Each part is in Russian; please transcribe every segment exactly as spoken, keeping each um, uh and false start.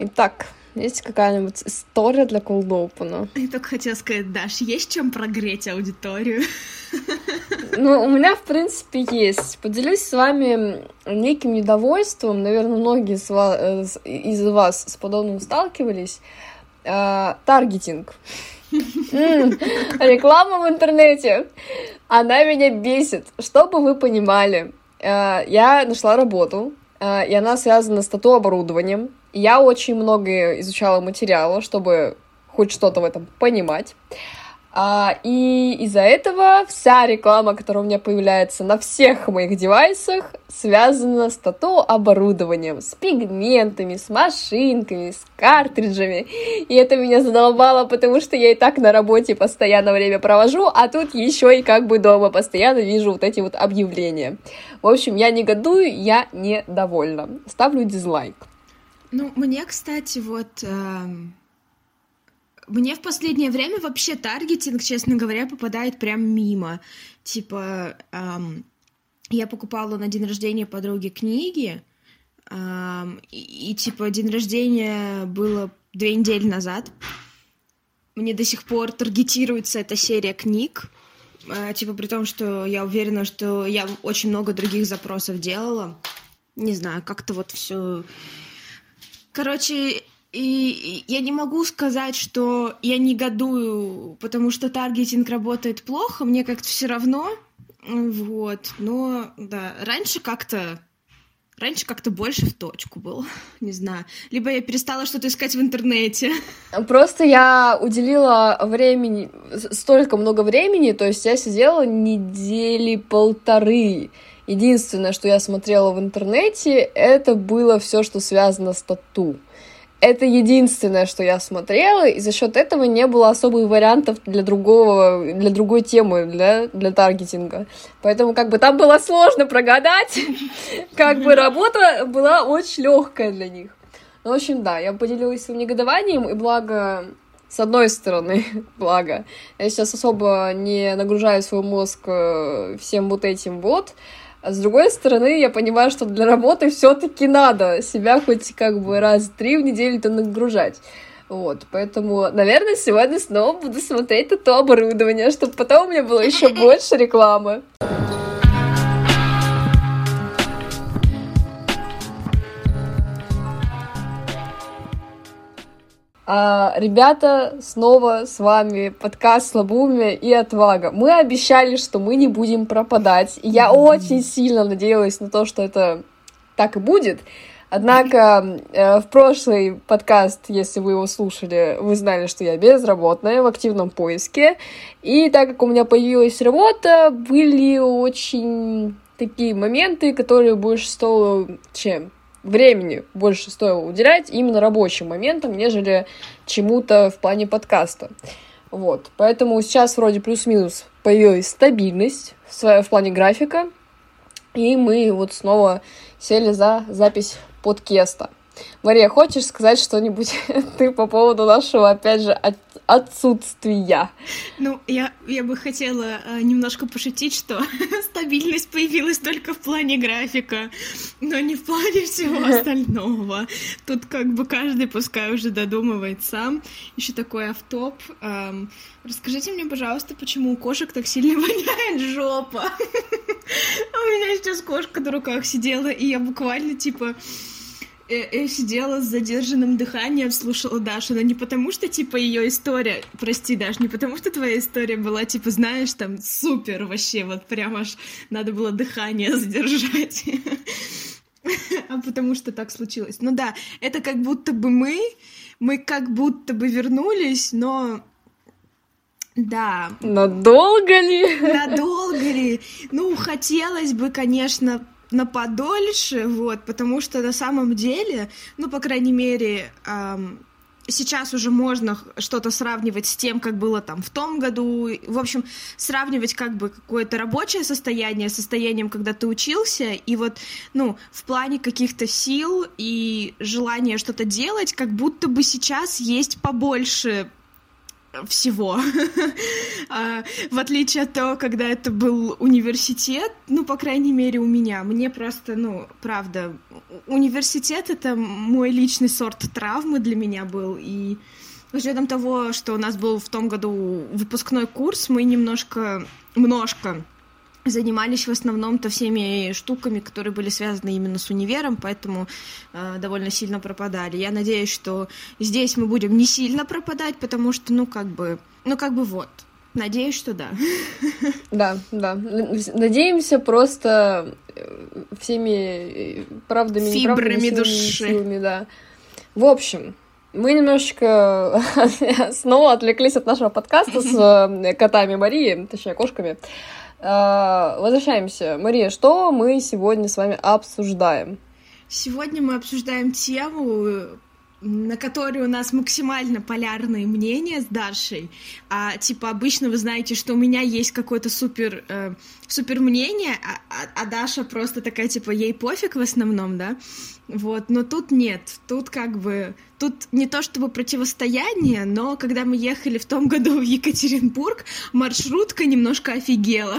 Итак, есть какая-нибудь история для колд-опена? Я только хотела сказать, Даш, есть чем прогреть аудиторию? Ну, у меня, в принципе, есть. Поделюсь с вами неким недовольством. Наверное, многие из вас, из вас с подобным сталкивались. Таргетинг. Реклама в интернете. Она меня бесит. Чтобы вы понимали, я нашла работу, и она связана с тату-оборудованием. Я очень много изучала материала, чтобы хоть что-то в этом понимать. А, и из-за этого вся реклама, которая у меня появляется на всех моих девайсах, связана с тату-оборудованием, с пигментами, с машинками, с картриджами. И это меня задолбало, потому что я и так на работе постоянно время провожу, а тут еще и как бы дома постоянно вижу вот эти вот объявления. В общем, я негодую, я недовольна. Ставлю дизлайк. Ну, мне, кстати, вот... Эм... Мне в последнее время вообще таргетинг, честно говоря, попадает прям мимо. Типа, эм, я покупала на день рождения подруги книги, эм, и, и, типа, день рождения было две недели назад. Мне до сих пор таргетируется эта серия книг, э, типа, при том, что я уверена, что я очень много других запросов делала. Не знаю, как-то вот все... Короче... И я не могу сказать, что я негодую, потому что таргетинг работает плохо, мне как-то все равно, вот, но, да, раньше как-то, раньше как-то больше в точку было, не знаю, либо я перестала что-то искать в интернете. Просто я уделила времени, столько много времени, то есть я сидела недели полторы. Единственное, что я смотрела в интернете, это было все, что связано с тату. Это единственное, что я смотрела, и за счет этого не было особых вариантов для другого, для другой темы, для, для таргетинга. Поэтому как бы там было сложно прогадать, как бы работа была очень легкая для них. Ну, в общем, да, я поделилась своим негодованием, и благо, с одной стороны, благо, я сейчас особо не нагружаю свой мозг всем вот этим вот. А с другой стороны, я понимаю, что для работы все-таки надо себя хоть как бы раз в три в неделю-то нагружать. Вот, поэтому, наверное, сегодня снова буду смотреть на то оборудование, чтобы потом у меня было еще больше рекламы. А, ребята, снова с вами подкаст «Слабоумие и отвага». Мы обещали, что мы не будем пропадать. И я mm-hmm. очень сильно надеялась на то, что это так и будет. Однако э, в прошлый подкаст, если вы его слушали, вы знали, что я безработная, в активном поиске. И так как у меня появилась работа, были очень такие моменты, которые больше стоило чем... времени больше стоило уделять именно рабочим моментам, нежели чему-то в плане подкаста. Вот. Поэтому сейчас вроде плюс-минус появилась стабильность в, в плане графика, и мы вот снова сели за запись подкаста. Мария, хочешь сказать что-нибудь ты по поводу нашего, опять же, от, отсутствия? Ну, я, я бы хотела э, немножко пошутить, что стабильность появилась только в плане графика, но не в плане всего остального. Тут как бы каждый пускай уже додумывает сам. Еще такой автоп. Эм, расскажите мне, пожалуйста, почему у кошек так сильно воняет жопа? У меня сейчас кошка на руках сидела, и я буквально, типа... Я сидела с задержанным дыханием, слушала Дашу, но не потому, что, типа, ее история, прости, Даш, не потому, что твоя история была, типа, знаешь, там, супер вообще, вот прям аж надо было дыхание задержать, а потому что так случилось. Ну да, это как будто бы мы, мы как будто бы вернулись, но... Да. Надолго ли? Надолго ли? Ну, хотелось бы, конечно... на подольше, вот, потому что на самом деле, ну, по крайней мере, эм, сейчас уже можно что-то сравнивать с тем, как было там в том году, в общем, сравнивать как бы какое-то рабочее состояние с состоянием, когда ты учился, и вот, ну, в плане каких-то сил и желания что-то делать, как будто бы сейчас есть побольше всего. В отличие от того, когда это был университет, ну, по крайней мере, у меня. Мне просто, ну, правда, университет — это мой личный сорт травмы для меня был, и с учетом того, что у нас был в том году выпускной курс, мы немножко, немножко занимались в основном-то всеми штуками, которые были связаны именно с универом, поэтому э, довольно сильно пропадали. Я надеюсь, что здесь мы будем не сильно пропадать, потому что, ну, как бы, ну, как бы вот. Надеюсь, что да. Да, да. Надеемся просто всеми правдами, фибрами неправдами, души. Силами, да. В общем, мы немножечко снова отвлеклись от нашего подкаста с котами Марии, точнее, кошками. Возвращаемся. Мария, что мы сегодня с вами обсуждаем? Сегодня мы обсуждаем тему, на которой у нас максимально полярные мнения с Дашей. А, типа, обычно вы знаете, что у меня есть какое-то супер, э, супер мнение, а, а, а Даша просто такая, типа, ей пофиг в основном, да? Вот, но тут нет, тут как бы, тут не то чтобы противостояние, но когда мы ехали в том году в Екатеринбург, маршрутка немножко офигела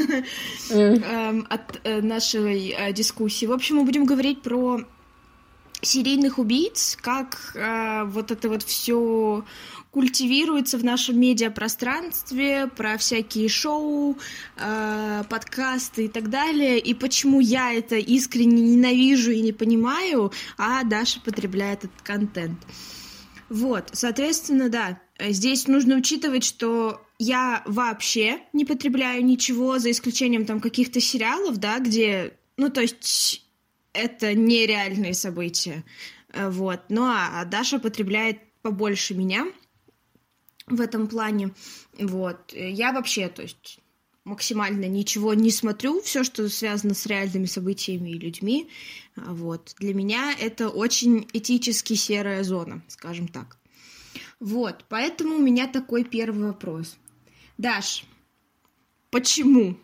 от нашей дискуссии. В общем, мы будем говорить про серийных убийц, как э, вот это вот все культивируется в нашем медиапространстве, про всякие шоу, э, подкасты и так далее, и почему я это искренне ненавижу и не понимаю, а Даша потребляет этот контент. Вот, соответственно, да, здесь нужно учитывать, что я вообще не потребляю ничего, за исключением там каких-то сериалов, да, где, ну, то есть это нереальные события, вот. Ну, а Даша потребляет побольше меня в этом плане, вот. Я вообще, то есть, максимально ничего не смотрю, все, что связано с реальными событиями и людьми, вот. Для меня это очень этически серая зона, скажем так. Вот, поэтому у меня такой первый вопрос. Даш, почему?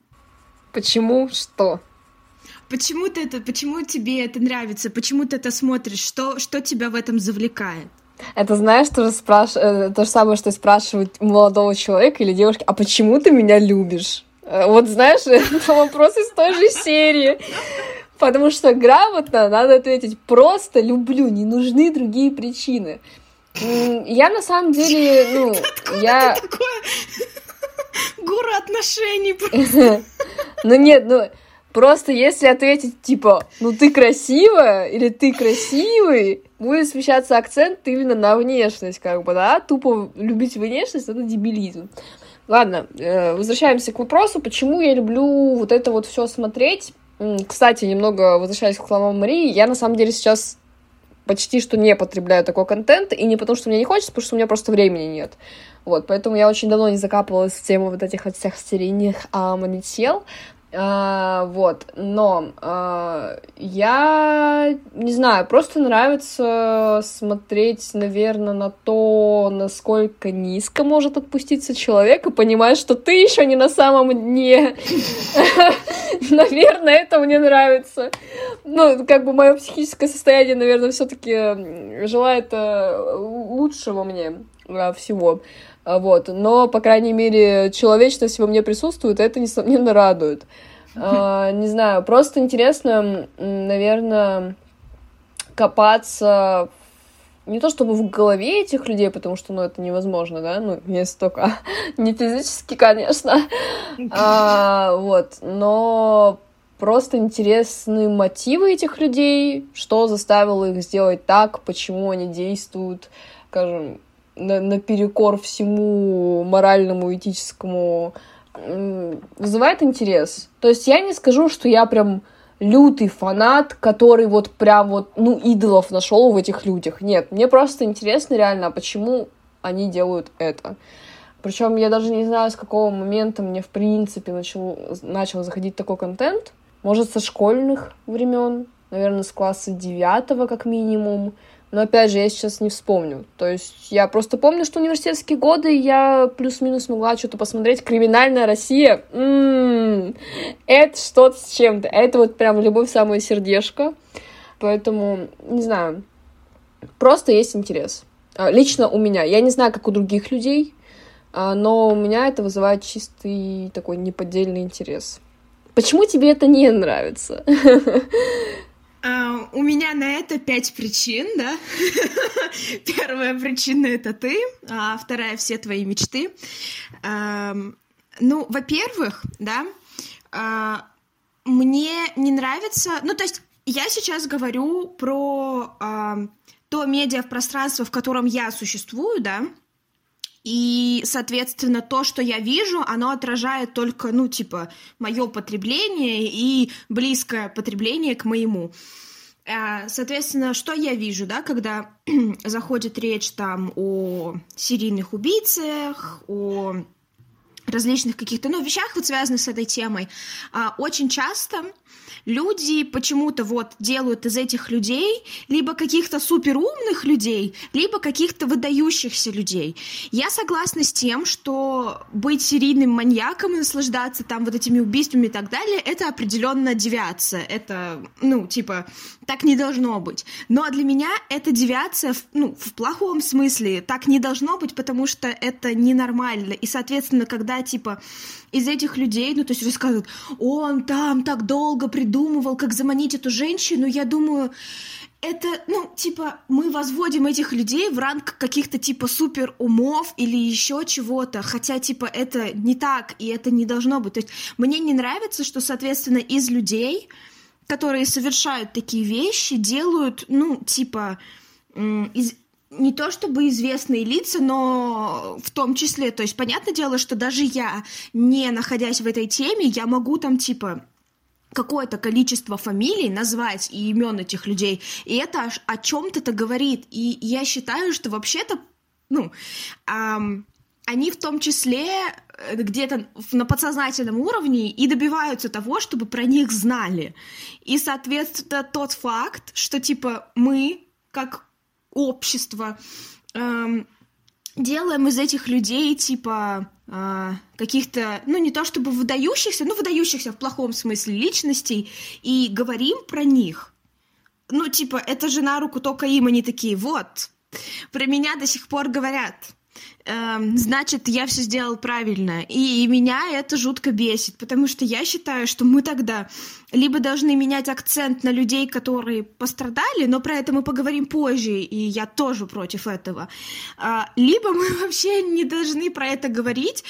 Почему что? Почему ты это, почему тебе это нравится? Почему ты это смотришь? Что, что тебя в этом завлекает? Это, знаешь, то же, спраш... то же самое, что спрашивают молодого человека или девушки, а почему ты меня любишь? Вот, знаешь, это вопрос из той же серии. Потому что грамотно надо ответить просто люблю, не нужны другие причины. Я на самом деле, ну, Откуда я... ты такое? Гуру отношений просто. Ну нет, ну... Просто если ответить, типа, ну ты красивая или ты красивый, будет смещаться акцент именно на внешность, как бы, да, тупо любить внешность — это дебилизм. Ладно, возвращаемся к вопросу, почему я люблю вот это вот все смотреть. Кстати, немного возвращаясь к словам Марии, я на самом деле сейчас почти что не потребляю такой контент, и не потому что мне не хочется, потому что у меня просто времени нет. Вот, поэтому я очень давно не закапывалась в тему вот этих вот всех серийных а, манител. А, вот, но а, я не знаю, просто нравится смотреть, наверное, на то, насколько низко может отпуститься человек, и понимать, что ты еще не на самом дне. Наверное, это мне нравится. Ну, как бы мое психическое состояние, наверное, все-таки желает лучшего мне всего. Вот, но, по крайней мере, человечность во мне присутствует, и это, несомненно, радует. А, не знаю, просто интересно, наверное, копаться не то чтобы в голове этих людей, потому что, ну, это невозможно, да, ну, не столько, не физически, конечно, а, вот, но просто интересны мотивы этих людей, что заставило их сделать так, почему они действуют, скажем, На, наперекор всему моральному, этическому, вызывает интерес. То есть я не скажу, что я прям лютый фанат, который вот прям вот, ну, идолов нашел в этих людях. Нет, мне просто интересно реально, почему они делают это. Причем я даже не знаю, с какого момента мне, в принципе, начал, начал заходить такой контент. Может, со школьных времен, наверное, с класса девятого как минимум. Но, опять же, я сейчас не вспомню. То есть я просто помню, что университетские годы я плюс-минус могла что-то посмотреть. «Криминальная Россия». М-м-м, это что-то с чем-то. Это вот прям любовь в самое сердечко. Поэтому, не знаю, просто есть интерес. Лично у меня. Я не знаю, как у других людей, но у меня это вызывает чистый такой неподдельный интерес. Почему тебе это не нравится? Uh, у меня на это пять причин, да. Первая причина — это ты, а вторая — все твои мечты. Uh, ну, во-первых, да, uh, мне не нравится... Ну, то есть я сейчас говорю про uh, то медиапространство, в котором я существую, да, и, соответственно, то, что я вижу, оно отражает только, ну, типа, мое потребление и близкое потребление к моему. Соответственно, что я вижу, да, когда заходит речь там о серийных убийцах, о различных каких-то, ну, вещах, вот связанных с этой темой, очень часто люди почему-то вот делают из этих людей либо каких-то суперумных людей, либо каких-то выдающихся людей. Я согласна с тем, что быть серийным маньяком и наслаждаться там вот этими убийствами и так далее, это определенно девиация. Это, ну, типа, так не должно быть. Но для меня это девиация, ну, в плохом смысле. Так не должно быть, потому что это ненормально. И, соответственно, когда, типа, из этих людей, ну, то есть рассказывают, он там так долго придумывал, как заманить эту женщину, я думаю, это, ну, типа, мы возводим этих людей в ранг каких-то, типа, супер умов или еще чего-то, хотя, типа, это не так, и это не должно быть. То есть мне не нравится, что, соответственно, из людей, которые совершают такие вещи, делают, ну, типа, из... не то чтобы известные лица, но в том числе, то есть, понятное дело, что даже я, не находясь в этой теме, я могу там, типа, какое-то количество фамилий назвать и имен этих людей, и это о чем-то-то говорит, и я считаю, что вообще-то, ну, эм, они в том числе где-то на подсознательном уровне и добиваются того, чтобы про них знали, и, соответственно, тот факт, что, типа, мы, как общество, эм, делаем из этих людей, типа, э, каких-то, ну, не то чтобы выдающихся, ну, выдающихся в плохом смысле личностей, и говорим про них. Ну, типа, это же на руку только им, они такие, вот, про меня до сих пор говорят. Значит, я все сделал правильно. И меня это жутко бесит, потому что я считаю, что мы тогда либо должны менять акцент на людей, которые пострадали, но про это мы поговорим позже, и я тоже против этого. Либо мы вообще не должны про это говорить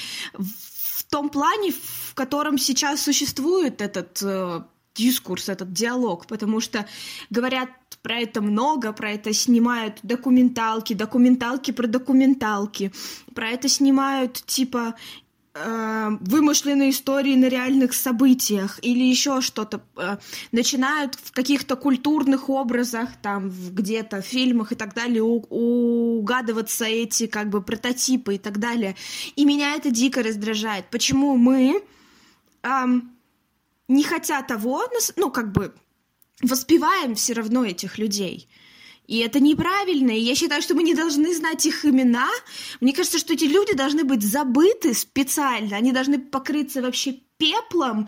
в том плане, в котором сейчас существует этот дискурс, этот диалог, потому что говорят про это много, про это снимают документалки, документалки про документалки, про это снимают, типа, э, вымышленные истории на реальных событиях или еще что-то. Э, начинают в каких-то культурных образах, там, где-то в фильмах и так далее у- угадываться эти, как бы, прототипы и так далее. И меня это дико раздражает. Почему мы, э, не хотя того, ну, как бы, воспеваем все равно этих людей. И это неправильно. И я считаю, что мы не должны знать их имена. Мне кажется, что эти люди должны быть забыты специально. Они должны покрыться вообще пеплом,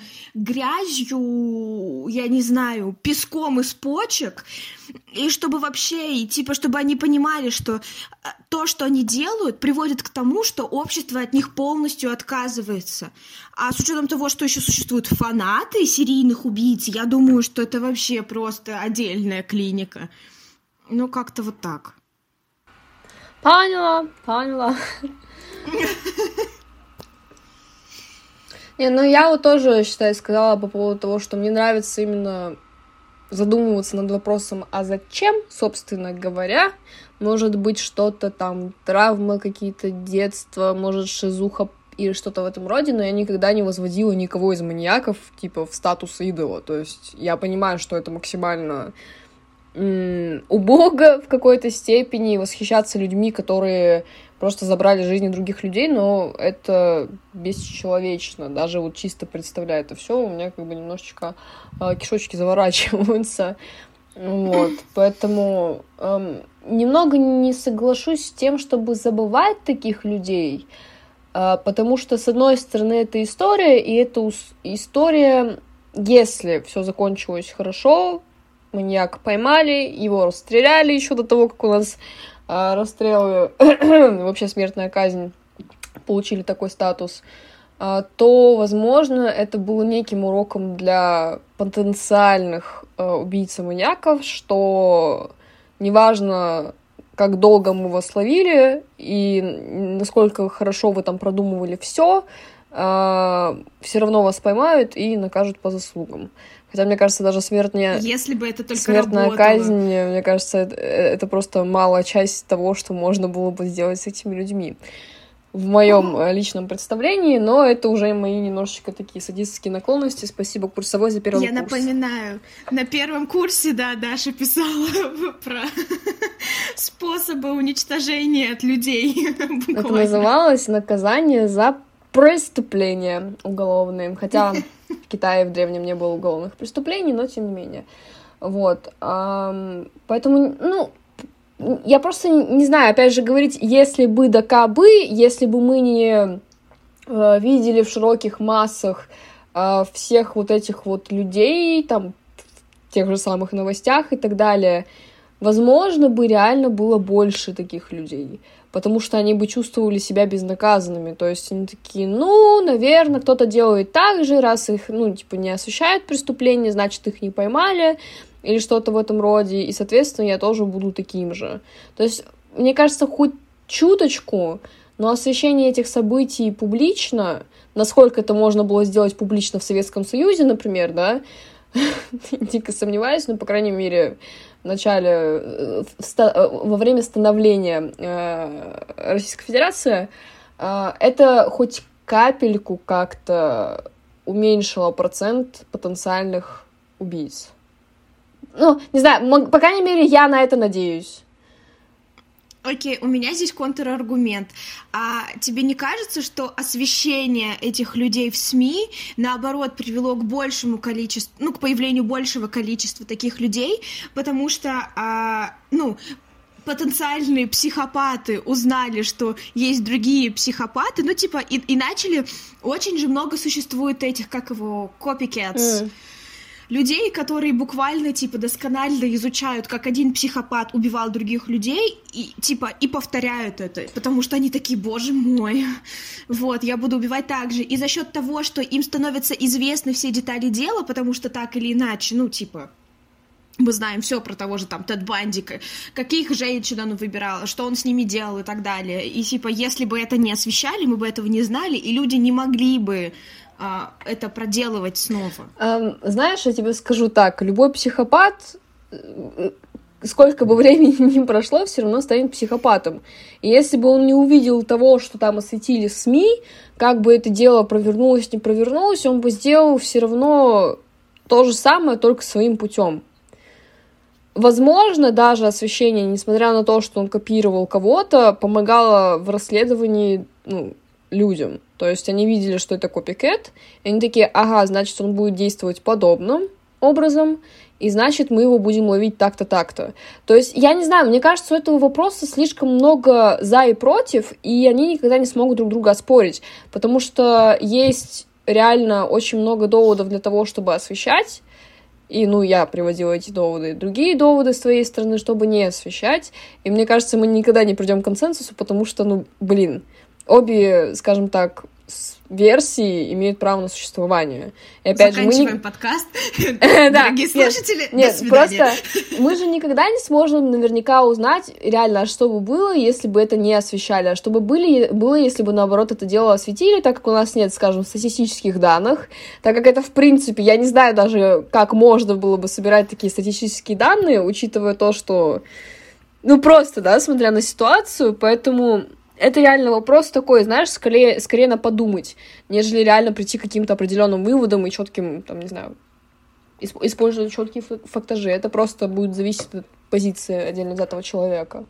грязью, я не знаю, песком из почек. И чтобы вообще, и типа, чтобы они понимали, что то, что они делают, приводит к тому, что общество от них полностью отказывается. А с учетом того, что еще существуют фанаты серийных убийц, я думаю, что это вообще просто отдельная клиника. Ну, как-то вот так. Поняла, поняла. Не, ну я вот тоже, считай, сказала по поводу того, что мне нравится именно задумываться над вопросом, а зачем, собственно говоря, может быть что-то там, травмы какие-то, детство, может шизуха или что-то в этом роде, но я никогда не возводила никого из маньяков, типа, в статус идола, то есть я понимаю, что это максимально м- убого в какой-то степени, восхищаться людьми, которые просто забрали жизни других людей, но это бесчеловечно, даже вот чисто представляя это все, у меня как бы немножечко э, кишочки заворачиваются, вот, поэтому эм, немного не соглашусь с тем, чтобы забывать таких людей, э, потому что, с одной стороны, это история, и это ус- история, если все закончилось хорошо, маньяка поймали, его расстреляли еще до того, как у нас а расстрелы, вообще смертная казнь получили такой статус, то, возможно, это было неким уроком для потенциальных убийц и маньяков, что неважно, как долго мы вас ловили и насколько хорошо вы там продумывали все, все равно вас поймают и накажут по заслугам. Хотя, мне кажется, даже смертная, Если бы это только смертная работало. казнь, мне кажется, это, это просто малая часть того, что можно было бы сделать с этими людьми. В моем личном представлении, но это уже мои немножечко такие садистские наклонности. Спасибо курсовой за первый Я курс. Я напоминаю, на первом курсе, да, Даша писала про способы уничтожения от людей. Буквально. Это называлось наказание за преступления уголовные. Хотя в Китае в древнем не было уголовных преступлений, но тем не менее. Вот. Поэтому, ну, я просто не знаю, опять же, говорить, если бы да кабы, если бы мы не э, видели в широких массах э, всех вот этих вот людей, там, в тех же самых новостях и так далее, возможно, бы реально было больше таких людей, потому что они бы чувствовали себя безнаказанными, то есть они такие, ну, наверное, кто-то делает так же, раз их, ну, типа, не освещают преступления, значит, их не поймали, или что-то в этом роде, и, соответственно, я тоже буду таким же. То есть, мне кажется, хоть чуточку, но освещение этих событий публично, насколько это можно было сделать публично в Советском Союзе, например, да, дико сомневаюсь, но, по крайней мере, в начале, во время становления Российской Федерации, это хоть капельку как-то уменьшило процент потенциальных убийц. Ну, не знаю, по крайней мере, я на это надеюсь. Окей, okay, у меня здесь контраргумент. А тебе не кажется, что освещение этих людей в СМИ, наоборот, привело к большему количеству, ну, к появлению большего количества таких людей, потому что, а, ну, потенциальные психопаты узнали, что есть другие психопаты, ну, типа, и, и начали, очень же много существует этих, как его, copycats, mm. людей, которые буквально, типа, досконально изучают, как один психопат убивал других людей, и, типа, и повторяют это, потому что они такие, боже мой, вот, я буду убивать так же. И за счет того, что им становятся известны все детали дела, потому что так или иначе, ну, типа, мы знаем все про того же, там, Тед Банди, каких женщин он выбирал, что он с ними делал и так далее. И, типа, если бы это не освещали, мы бы этого не знали, и люди не могли бы это проделывать снова. Um, знаешь, я тебе скажу так, любой психопат, сколько бы времени ни прошло, все равно станет психопатом. И если бы он не увидел того, что там осветили СМИ, как бы это дело провернулось, не провернулось, он бы сделал все равно то же самое, только своим путем. Возможно, даже освещение, несмотря на то, что он копировал кого-то, помогало в расследовании, ну, людям. То есть они видели, что это копикэт, и они такие, ага, значит, он будет действовать подобным образом, и значит, мы его будем ловить так-то, так-то. То есть, я не знаю, мне кажется, у этого вопроса слишком много за и против, и они никогда не смогут друг друга оспорить, потому что есть реально очень много доводов для того, чтобы освещать, и, ну, я приводила эти доводы, другие доводы с твоей стороны, чтобы не освещать, и мне кажется, мы никогда не придем к консенсусу, потому что, ну, блин, обе, скажем так, версии имеют право на существование. И опять Заканчиваем же, мы... подкаст, дорогие слушатели, нет, нет, просто мы же никогда не сможем наверняка узнать реально, что бы было, если бы это не освещали, а что бы были, было, если бы, наоборот, это дело осветили, так как у нас нет, скажем, статистических данных, так как это, в принципе, я не знаю даже, как можно было бы собирать такие статистические данные, учитывая то, что, ну, просто, да, смотря на ситуацию, поэтому... Это реально вопрос такой, знаешь, скорее, скорее на подумать, нежели реально прийти к каким-то определенным выводам и четким, там, не знаю, использовать четкие фактажи. Это просто будет зависеть от позиции отдельно взятого человека.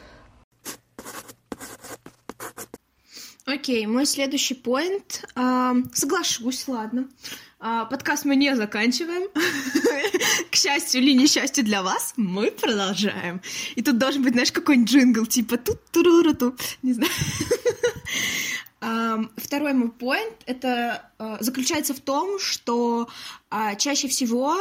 Окей, okay, мой следующий поинт. Uh, соглашусь, ладно. Uh, подкаст мы не заканчиваем. К счастью или несчастью для вас, мы продолжаем. И тут должен быть, знаешь, какой-нибудь джингл, типа тут туруру ту не знаю. Второй мой поинт это заключается в том, что чаще всего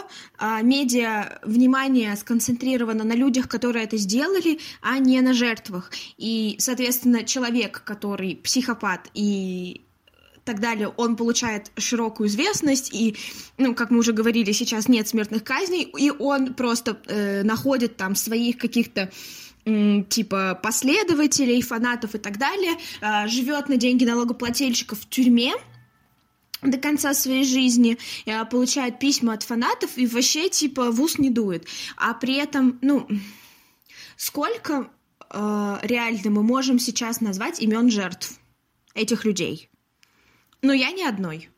медиа внимание сконцентрировано на людях, которые это сделали, а не на жертвах. И, соответственно, человек, который психопат и так далее, он получает широкую известность, и, ну, как мы уже говорили, сейчас нет смертных казней, и он просто э, находит там своих каких-то типа последователей, фанатов и так далее, живет на деньги налогоплательщиков в тюрьме до конца своей жизни, получает письма от фанатов и вообще типа в ус не дует. А при этом, ну, сколько э, реально мы можем сейчас назвать имен жертв этих людей? Ну, я ни одной.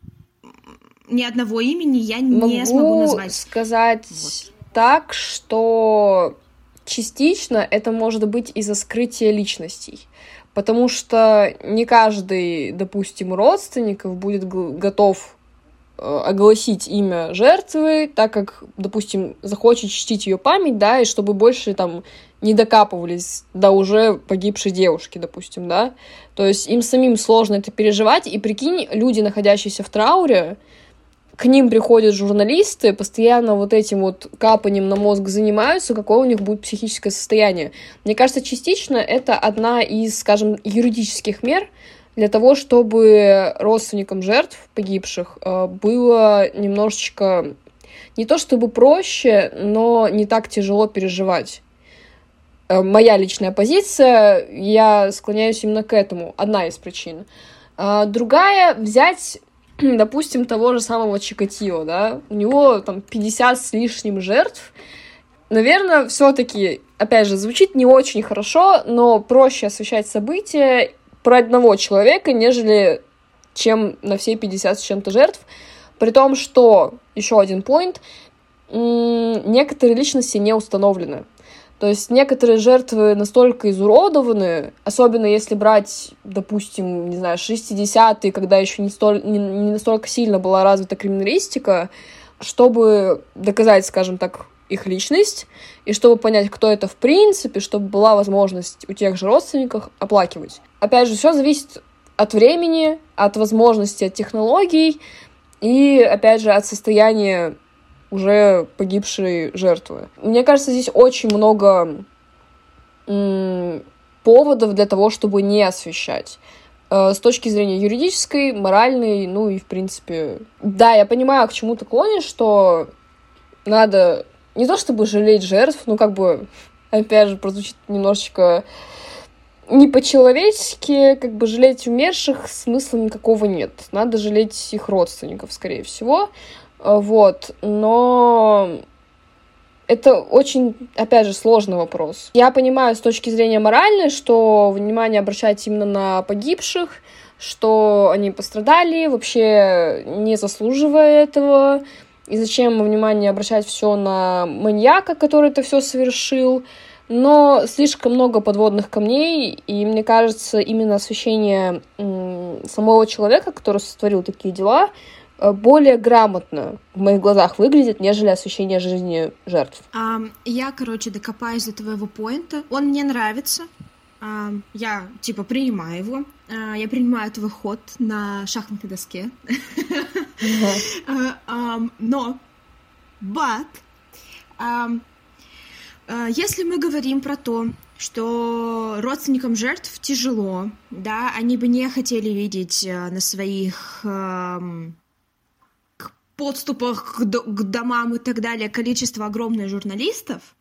Ни одного имени я Могу не смогу назвать. Могу сказать вот. так, что частично это может быть из-за скрытия личностей, потому что не каждый, допустим, родственников будет г- готов э, огласить имя жертвы, так как, допустим, захочет чтить ее память, да, и чтобы больше там не докапывались до уже погибшей девушки, допустим, да, то есть им самим сложно это переживать, и прикинь, люди, находящиеся в трауре, к ним приходят журналисты, постоянно вот этим вот капанием на мозг занимаются, какое у них будет психическое состояние. Мне кажется, частично это одна из, скажем, юридических мер для того, чтобы родственникам жертв погибших было немножечко не то чтобы проще, но не так тяжело переживать. Моя личная позиция, я склоняюсь именно к этому, одна из причин. Другая — взять, допустим, того же самого Чикатило, да, у него там пятьдесят с лишним жертв. Наверное, все-таки, опять же, звучит не очень хорошо, но проще освещать события про одного человека, нежели чем на все пятьдесят с чем-то жертв. При том, что, еще один поинт, некоторые личности не установлены. То есть некоторые жертвы настолько изуродованы, особенно если брать, допустим, не знаю, шестидесятые, когда еще не, столь, не, не настолько сильно была развита криминалистика, чтобы доказать, скажем так, их личность, и чтобы понять, кто это в принципе, чтобы была возможность у тех же родственников оплакивать. Опять же, все зависит от времени, от возможностей, от технологий и, опять же, от состояния уже погибшей жертвы. Мне кажется, здесь очень много м- поводов для того, чтобы не освещать. Э, с точки зрения юридической, моральной, ну и в принципе... Да, я понимаю, к чему ты клонишь, что надо не то чтобы жалеть жертв, ну как бы, опять же, прозвучит немножечко не по-человечески, как бы жалеть умерших смысла никакого нет. Надо жалеть их родственников, скорее всего. Вот, но это очень, опять же, сложный вопрос. Я понимаю с точки зрения моральной, что внимание обращать именно на погибших, что они пострадали, вообще не заслуживая этого, и зачем внимание обращать все на маньяка, который это все совершил. Но слишком много подводных камней, и мне кажется, именно освещение м- самого человека, который сотворил такие дела, более грамотно в моих глазах выглядит, нежели освещение жизни жертв. Um, я, короче, докопаюсь до твоего поинта. Он мне нравится. Um, я, типа, принимаю его. Uh, я принимаю твой ход на шахматной доске. Uh-huh. uh, um, но, but, um, uh, если мы говорим про то, что родственникам жертв тяжело, да, они бы не хотели видеть uh, на своих... Um, подступах к, до- к домам и так далее количество огромное журналистов,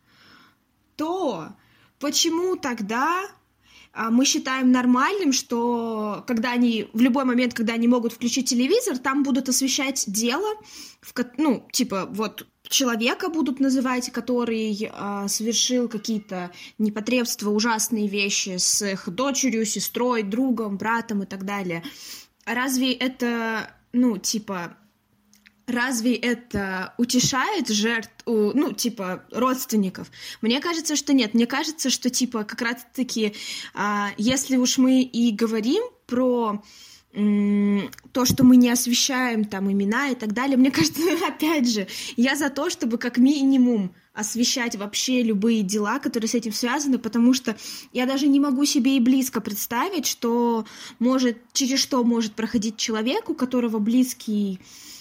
то почему тогда а, мы считаем нормальным, что когда они в любой момент, когда они могут включить телевизор, там будут освещать дело, в, ну, типа, вот человека будут называть, который а, совершил какие-то непотребства, ужасные вещи с их дочерью, сестрой, другом, братом и так далее. Разве это, ну, типа... Разве это утешает жертв, ну, типа, родственников? Мне кажется, что нет. Мне кажется, что, типа, как раз-таки, а, если уж мы и говорим про м- то, что мы не освещаем там имена и так далее, мне кажется, опять же, я за то, чтобы как минимум освещать вообще любые дела, которые с этим связаны, потому что я даже не могу себе и близко представить, что может, через что может проходить человек, у которого близкий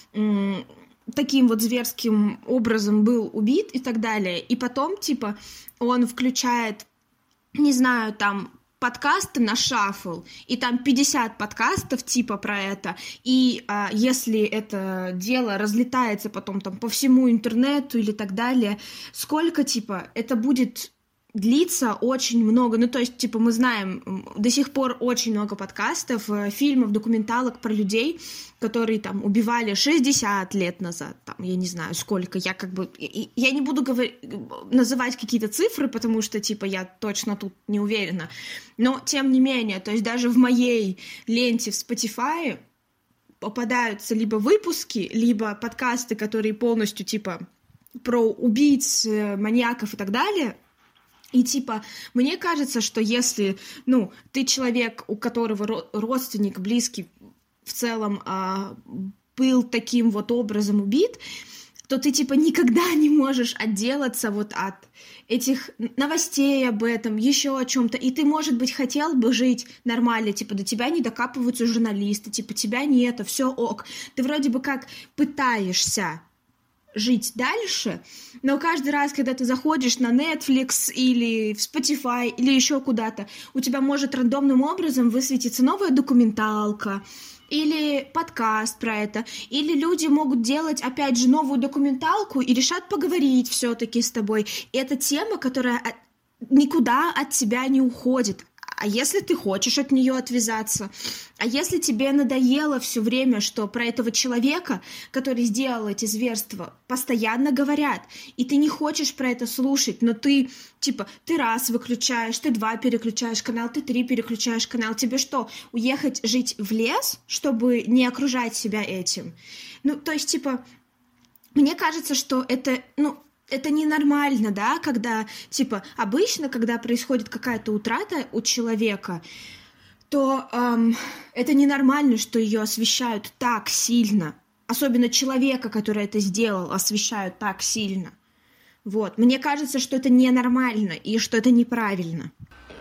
м- таким вот зверским образом был убит и так далее. И потом, типа, он включает, не знаю, там, подкасты на шаффл, и там пятьдесят подкастов типа про это, и а, если это дело разлетается потом там по всему интернету или так далее, сколько, типа, это будет длиться очень много, ну, то есть, типа, мы знаем до сих пор очень много подкастов, фильмов, документалок про людей, которые там убивали шестьдесят лет назад, там, я не знаю сколько, я как бы, я не буду говор... называть какие-то цифры, потому что, типа, я точно тут не уверена, но, тем не менее, то есть даже в моей ленте в Spotify попадаются либо выпуски, либо подкасты, которые полностью, типа, про убийц, маньяков и так далее. И, типа, мне кажется, что если, ну, ты человек, у которого родственник, близкий в целом а, был таким вот образом убит, то ты, типа, никогда не можешь отделаться вот от этих новостей об этом, еще о чем-то. И ты, может быть, хотел бы жить нормально, типа, до тебя не докапываются журналисты, типа, тебя нет, все ок. Ты вроде бы как пытаешься жить дальше, но каждый раз, когда ты заходишь на Netflix или в Spotify или еще куда-то, у тебя может рандомным образом высветиться новая документалка или подкаст про это, или люди могут делать, опять же, новую документалку и решат поговорить все-таки с тобой. И это тема, которая никуда от тебя не уходит. А если ты хочешь от нее отвязаться? А если тебе надоело все время, что про этого человека, который сделал эти зверства, постоянно говорят, и ты не хочешь про это слушать, но ты, типа, ты раз выключаешь, ты два переключаешь канал, ты три переключаешь канал, тебе что, уехать жить в лес, чтобы не окружать себя этим? Ну, то есть, типа, мне кажется, что это, ну, это ненормально, да, когда, типа, обычно, когда происходит какая-то утрата у человека, то эм, это ненормально, что ее освещают так сильно. Особенно человека, который это сделал, освещают так сильно. Вот. Мне кажется, что это ненормально и что это неправильно.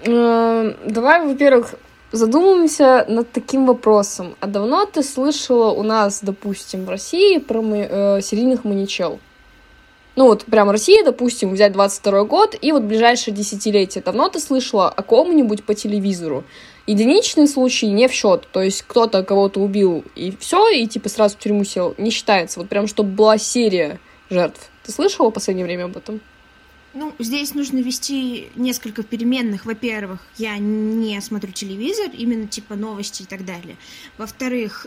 Давай, во-первых, задумаемся над таким вопросом. А давно ты слышала у нас, допустим, в России про э, серийных маньячел? Ну вот прям Россия, допустим, взять двадцать второй год и вот ближайшее десятилетие. Давно ты слышала о ком-нибудь по телевизору? Единичные случаи не в счет. То есть кто-то кого-то убил и все, и типа сразу в тюрьму сел. Не считается. Вот прям чтобы была серия жертв. Ты слышала в последнее время об этом? Ну, здесь нужно вести несколько переменных. Во-первых, я не смотрю телевизор, именно типа новости и так далее. Во-вторых,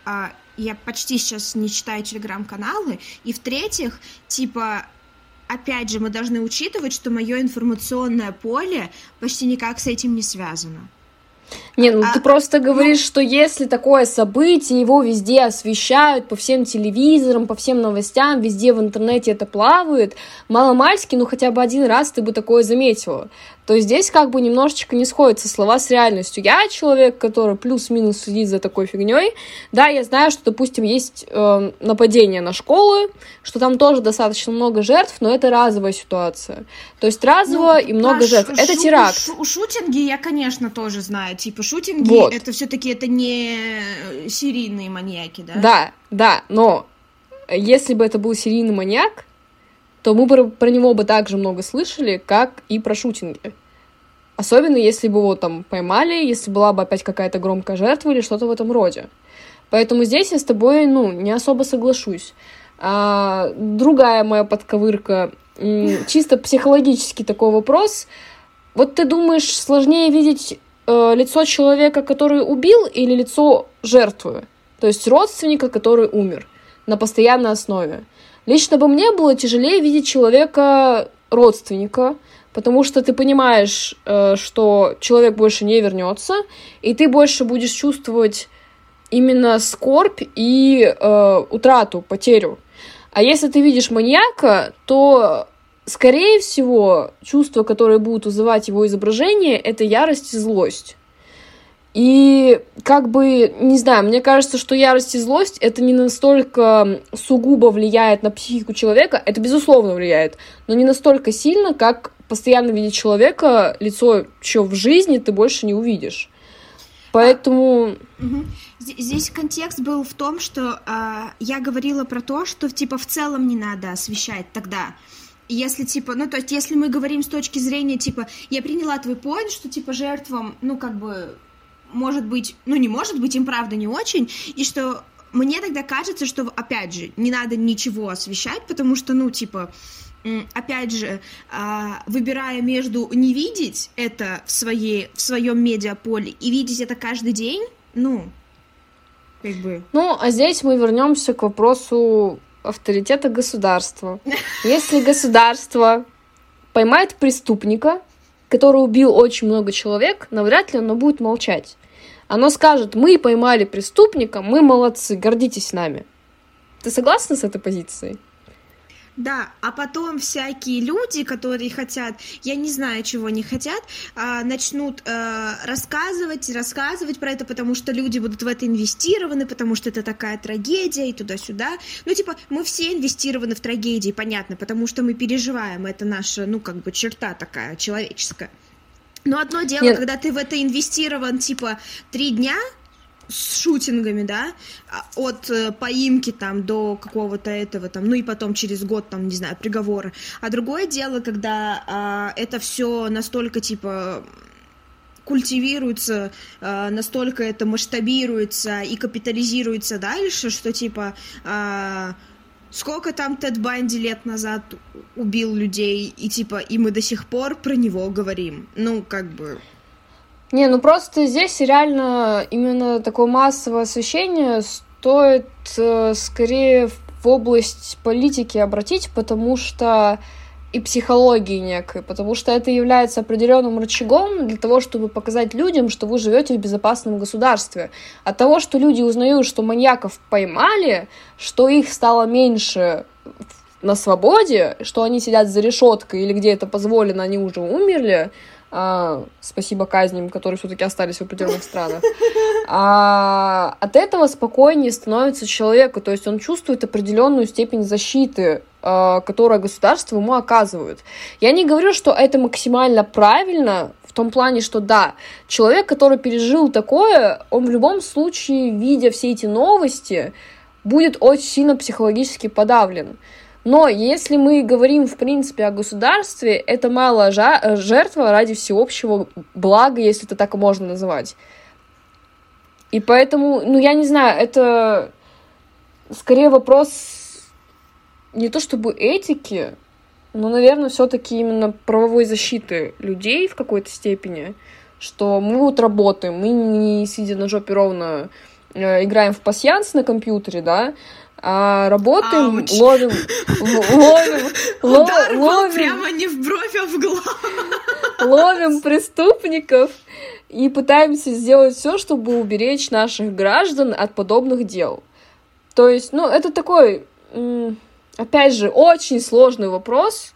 я почти сейчас не читаю телеграм-каналы. И в-третьих, типа, опять же, мы должны учитывать, что мое информационное поле почти никак с этим не связано. Не, ну а, ты просто говоришь, ну, что если такое событие, его везде освещают, по всем телевизорам, по всем новостям, везде в интернете это плавает, маломальски, ну хотя бы один раз ты бы такое заметила. То есть здесь как бы немножечко не сходятся слова с реальностью. Я человек, который плюс-минус следит за такой фигней. Да, я знаю, что, допустим, есть э, нападение на школы, что там тоже достаточно много жертв, но это разовая ситуация. То есть разово ну, и много жертв. Шу- это теракт. Шу- шутинги я, конечно, тоже знаю. Типа шутинги, вот. Это все-таки это не серийные маньяки, да? Да, да, но если бы это был серийный маньяк, то мы бы про него бы так же много слышали, как и про шутинги. Особенно, если бы его там поймали, если была бы опять какая-то громкая жертва или что-то в этом роде. Поэтому здесь я с тобой, ну, не особо соглашусь. А, другая моя подковырка, чисто психологический такой вопрос. Вот ты думаешь, сложнее видеть э, лицо человека, который убил, или лицо жертвы? То есть родственника, который умер на постоянной основе. Лично бы мне было тяжелее видеть человека, родственника, потому что ты понимаешь, что человек больше не вернется, и ты больше будешь чувствовать именно скорбь и э, утрату, потерю. А если ты видишь маньяка, то, скорее всего, чувства, которые будут вызывать его изображение, это ярость и злость. И как бы, не знаю, мне кажется, что ярость и злость это не настолько сугубо влияет на психику человека, это безусловно влияет, но не настолько сильно, как постоянно видеть человека, лицо, что в жизни ты больше не увидишь. Поэтому... Угу. Здесь контекст был в том, что э, я говорила про то, что типа в целом не надо освещать тогда. Если, типа, ну, то есть, если мы говорим с точки зрения, типа, я приняла твой поинт, что, типа, жертвам, ну, как бы, может быть, ну, не может быть, им правда не очень, и что мне тогда кажется, что, опять же, не надо ничего освещать, потому что, ну, типа, опять же, выбирая между не видеть это в, своей, в своем медиаполе и видеть это каждый день, ну, как бы... Ну, а здесь мы вернемся к вопросу авторитета государства. Если государство поймает преступника, который убил очень много человек, навряд ли оно будет молчать. Оно скажет: мы поймали преступника, мы молодцы, гордитесь нами. Ты согласна с этой позицией? Да, а потом всякие люди, которые хотят, я не знаю, чего не хотят, начнут рассказывать и рассказывать про это, потому что люди будут в это инвестированы, потому что это такая трагедия и туда-сюда. Ну, типа, мы все инвестированы в трагедии, понятно, потому что мы переживаем, это наша, ну, как бы черта такая человеческая. Но одно дело, Нет. когда ты в это инвестирован, типа, три дня, с шутингами, да, от э, поимки там до какого-то этого там, ну и потом через год там, не знаю, приговора. А другое дело, когда э, это все настолько типа культивируется, э, настолько это масштабируется и капитализируется дальше, что типа э, сколько там Тед Банди лет назад убил людей, и типа и мы до сих пор про него говорим. Ну, как бы... Не, ну просто здесь реально именно такое массовое освещение стоит э, скорее в область политики обратить, потому что и психологии некой, потому что это является определенным рычагом для того, чтобы показать людям, что вы живете в безопасном государстве. От того, что люди узнают, что маньяков поймали, что их стало меньше на свободе, что они сидят за решеткой или где это позволено, они уже умерли, А, спасибо казням, которые все-таки остались в определенных странах. А, от этого спокойнее становится человеку, то есть он чувствует определенную степень защиты, а, которую государство ему оказывает. Я не говорю, что это максимально правильно, в том плане, что да, человек, который пережил такое, он в любом случае, видя все эти новости, будет очень сильно психологически подавлен. Но если мы говорим, в принципе, о государстве, это малая жертва ради всеобщего блага, если это так можно называть. И поэтому, ну, я не знаю, это скорее вопрос не то чтобы этики, но, наверное, все-таки именно правовой защиты людей в какой-то степени, что мы вот работаем, мы не сидя на жопе ровно играем в пасьянс на компьютере, да, а работаем, Ауч. ловим, ловим, Удар ловим, прямо не в бровь, а в глаз. Ловим преступников и пытаемся сделать все, чтобы уберечь наших граждан от подобных дел. То есть, ну, это такой, опять же, очень сложный вопрос,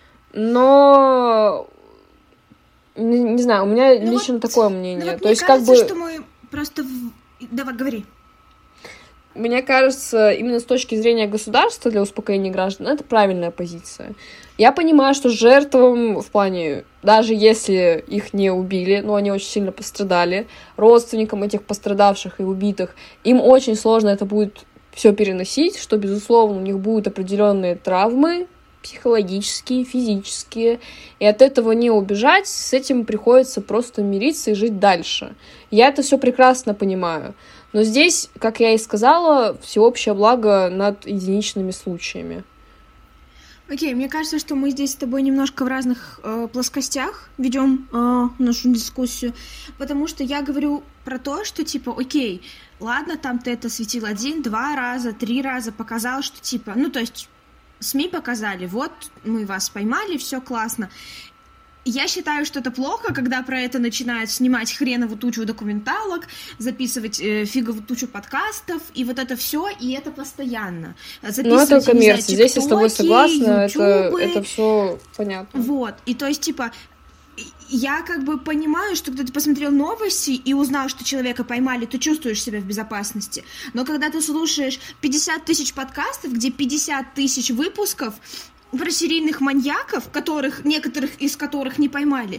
но не, не знаю, у меня ну лично вот, такое мнение. Ну вот То мне есть, кажется, как бы... что мы просто... Давай, говори. Мне кажется, именно с точки зрения государства для успокоения граждан, это правильная позиция. Я понимаю, что жертвам в плане, даже если их не убили, но они очень сильно пострадали, родственникам этих пострадавших и убитых, им очень сложно это будет все переносить, что, безусловно, у них будут определенные травмы, психологические, физические, и от этого не убежать, с этим приходится просто мириться и жить дальше. Я это все прекрасно понимаю. Но здесь, как я и сказала, всеобщее благо над единичными случаями. Окей, okay, мне кажется, что мы здесь с тобой немножко в разных э, плоскостях ведем э, нашу дискуссию, потому что я говорю про то, что типа, окей, ладно, там ты это светил один, два раза, три раза, показал, что типа, ну то есть СМИ показали, вот мы вас поймали, все классно. Я считаю, что это плохо, когда про это начинают снимать хреновую тучу документалок, записывать э, фиговую тучу подкастов, и вот это все, и это постоянно. Записывать, ну, это коммерция. Здесь я с тобой согласна, это, это все понятно. Вот, и то есть, типа, я как бы понимаю, что когда ты посмотрел новости и узнал, что человека поймали, ты чувствуешь себя в безопасности. Но когда ты слушаешь пятьдесят тысяч подкастов, где пятьдесят тысяч выпусков про серийных маньяков, которых, некоторых из которых не поймали,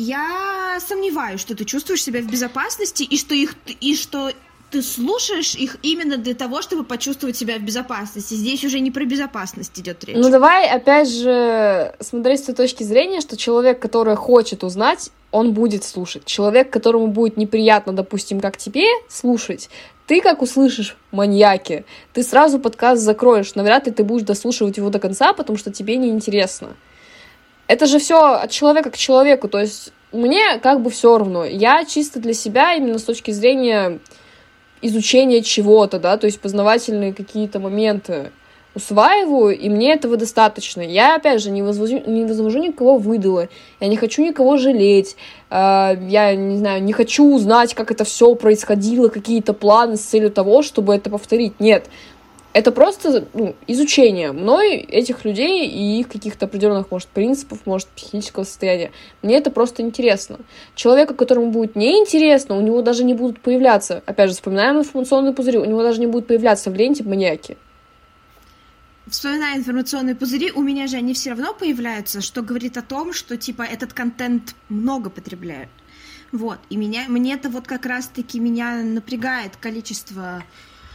я сомневаюсь, что ты чувствуешь себя в безопасности и что их, и что ты слушаешь их именно для того, чтобы почувствовать себя в безопасности. Здесь уже не про безопасность идет речь. Ну давай опять же смотреть с той точки зрения, что человек, который хочет узнать, он будет слушать. Человек, которому будет неприятно, допустим, как тебе слушать, ты как услышишь маньяки, ты сразу подкаст закроешь, навряд ли ты будешь дослушивать его до конца, потому что тебе неинтересно. Это же все от человека к человеку, то есть мне как бы все равно. Я чисто для себя, именно с точки зрения изучения чего-то, да, то есть познавательные какие-то моменты усваиваю, и мне этого достаточно. Я, опять же, не возвожу, не возвожу никого в идолы, я не хочу никого жалеть, э, я, не знаю, не хочу узнать, как это все происходило, какие-то планы с целью того, чтобы это повторить. Нет, это просто ну, изучение мной этих людей и их каких-то определенных, может, принципов, может, психического состояния. Мне это просто интересно. Человеку, которому будет неинтересно, у него даже не будут появляться, опять же, вспоминаем информационные пузыри, у него даже не будут появляться в ленте маньяки. Вспоминая информационные пузыри, у меня же они все равно появляются, что говорит о том, что, типа, этот контент много потребляют. Вот, и меня, мне это вот как раз-таки меня напрягает количество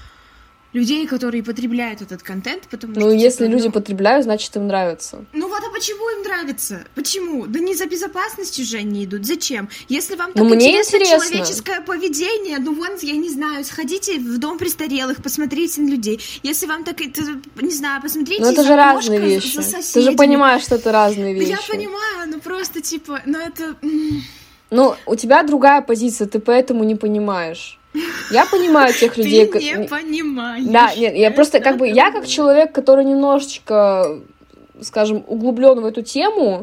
людей, которые потребляют этот контент, потому ну, что... Ну, если типа, люди ну... потребляют, значит, им нравится. Ну вот, а почему им нравится? Почему? Да не за безопасностью же они идут. Зачем? Если вам так ну, мне интересно, интересно человеческое поведение, ну вон, я не знаю, сходите в дом престарелых, посмотрите на людей. Если вам так, это, не знаю, посмотрите ну, это же разные вещи. За соседями. Ты же понимаешь, что это разные вещи. Я понимаю, ну просто, типа, ну это... Ну, у тебя другая позиция, ты поэтому не понимаешь. Я понимаю тех людей... Ты не понимаешь. Да, нет, я просто как бы... Я как человек, который немножечко, скажем, углублен в эту тему,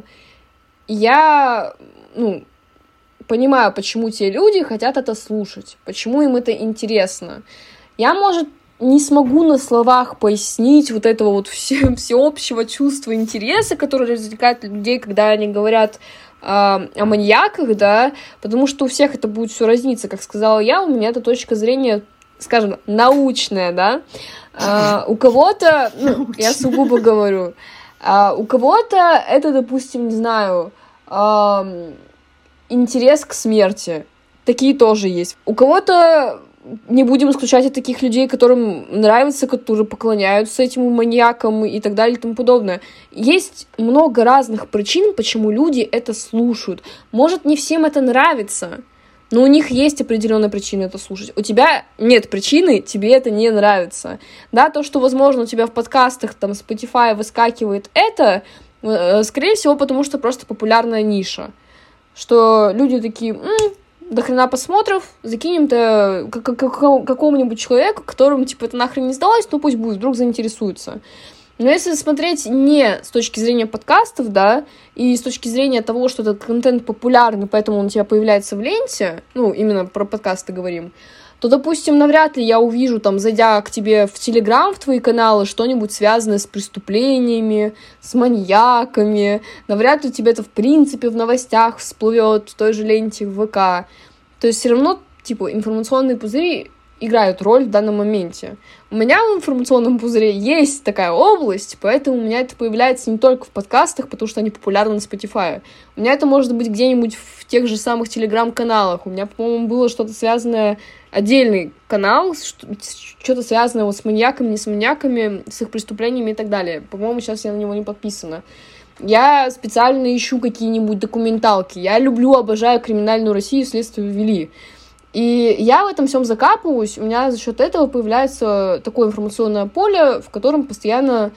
я, ну, понимаю, почему те люди хотят это слушать, почему им это интересно. Я, может, не смогу на словах пояснить вот этого вот все, всеобщего чувства интереса, которое возникает у людей, когда они говорят о маньяках, да, потому что у всех это будет все разниться. Как сказала я, у меня эта точка зрения, скажем, научная, да. А, у кого-то, ну, я сугубо говорю, а, у кого-то это, допустим, не знаю, а, интерес к смерти. Такие тоже есть. У кого-то не будем исключать от таких людей, которым нравится, которые поклоняются этим маньякам и так далее и тому подобное. Есть много разных причин, почему люди это слушают. Может, не всем это нравится, но у них есть определенные причины это слушать. У тебя нет причины, тебе это не нравится. Да, то, что, возможно, у тебя в подкастах, там, Spotify выскакивает это, скорее всего, потому что просто популярная ниша. Что люди такие... М-м, до хрена посмотров, закинем-то какому-нибудь человеку, которому, типа, это нахрен не сдалось, ну пусть будет, вдруг заинтересуется. Но если смотреть не с точки зрения подкастов, да, и с точки зрения того, что этот контент популярный, поэтому он у тебя появляется в ленте, ну, именно про подкасты говорим, то, допустим, навряд ли я увижу, там, зайдя к тебе в Телеграм, в твои каналы, что-нибудь связанное с преступлениями, с маньяками. Навряд ли тебе это, в принципе, в новостях всплывет в той же ленте в ВК. То есть все равно, типа, информационные пузыри играют роль в данном моменте. У меня в информационном пузыре есть такая область, поэтому у меня это появляется не только в подкастах, потому что они популярны на Spotify. У меня это может быть где-нибудь в тех же самых телеграм-каналах. У меня, по-моему, было что-то связанное, отдельный канал, что-то связанное вот с маньяками, не с маньяками, с их преступлениями и так далее. По-моему, сейчас я на него не подписана. Я специально ищу какие-нибудь документалки. Я люблю, обожаю криминальную Россию, следствие вели. И я в этом всем закапываюсь, у меня за счет этого появляется такое информационное поле, в котором постоянно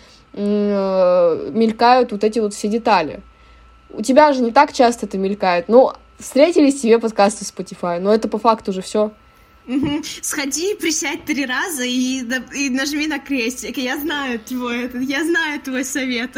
э, мелькают вот эти вот все детали. У тебя же не так часто это мелькает, но встретились тебе подкасты в Spotify, но это по факту уже все. Угу. Сходи, присядь три раза и, и нажми на крестик. Я знаю твой этот, я знаю твой совет.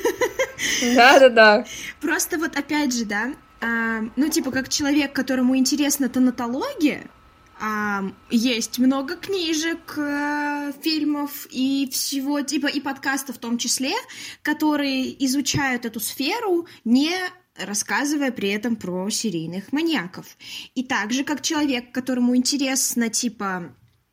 Да-да-да. Просто вот опять же, да, а, ну типа как человек, которому интересна тонатология, а, есть много книжек, а, фильмов и всего, типа и подкастов в том числе, которые изучают эту сферу не рассказывая при этом про серийных маньяков. И также, как человек, которому интересно, типа,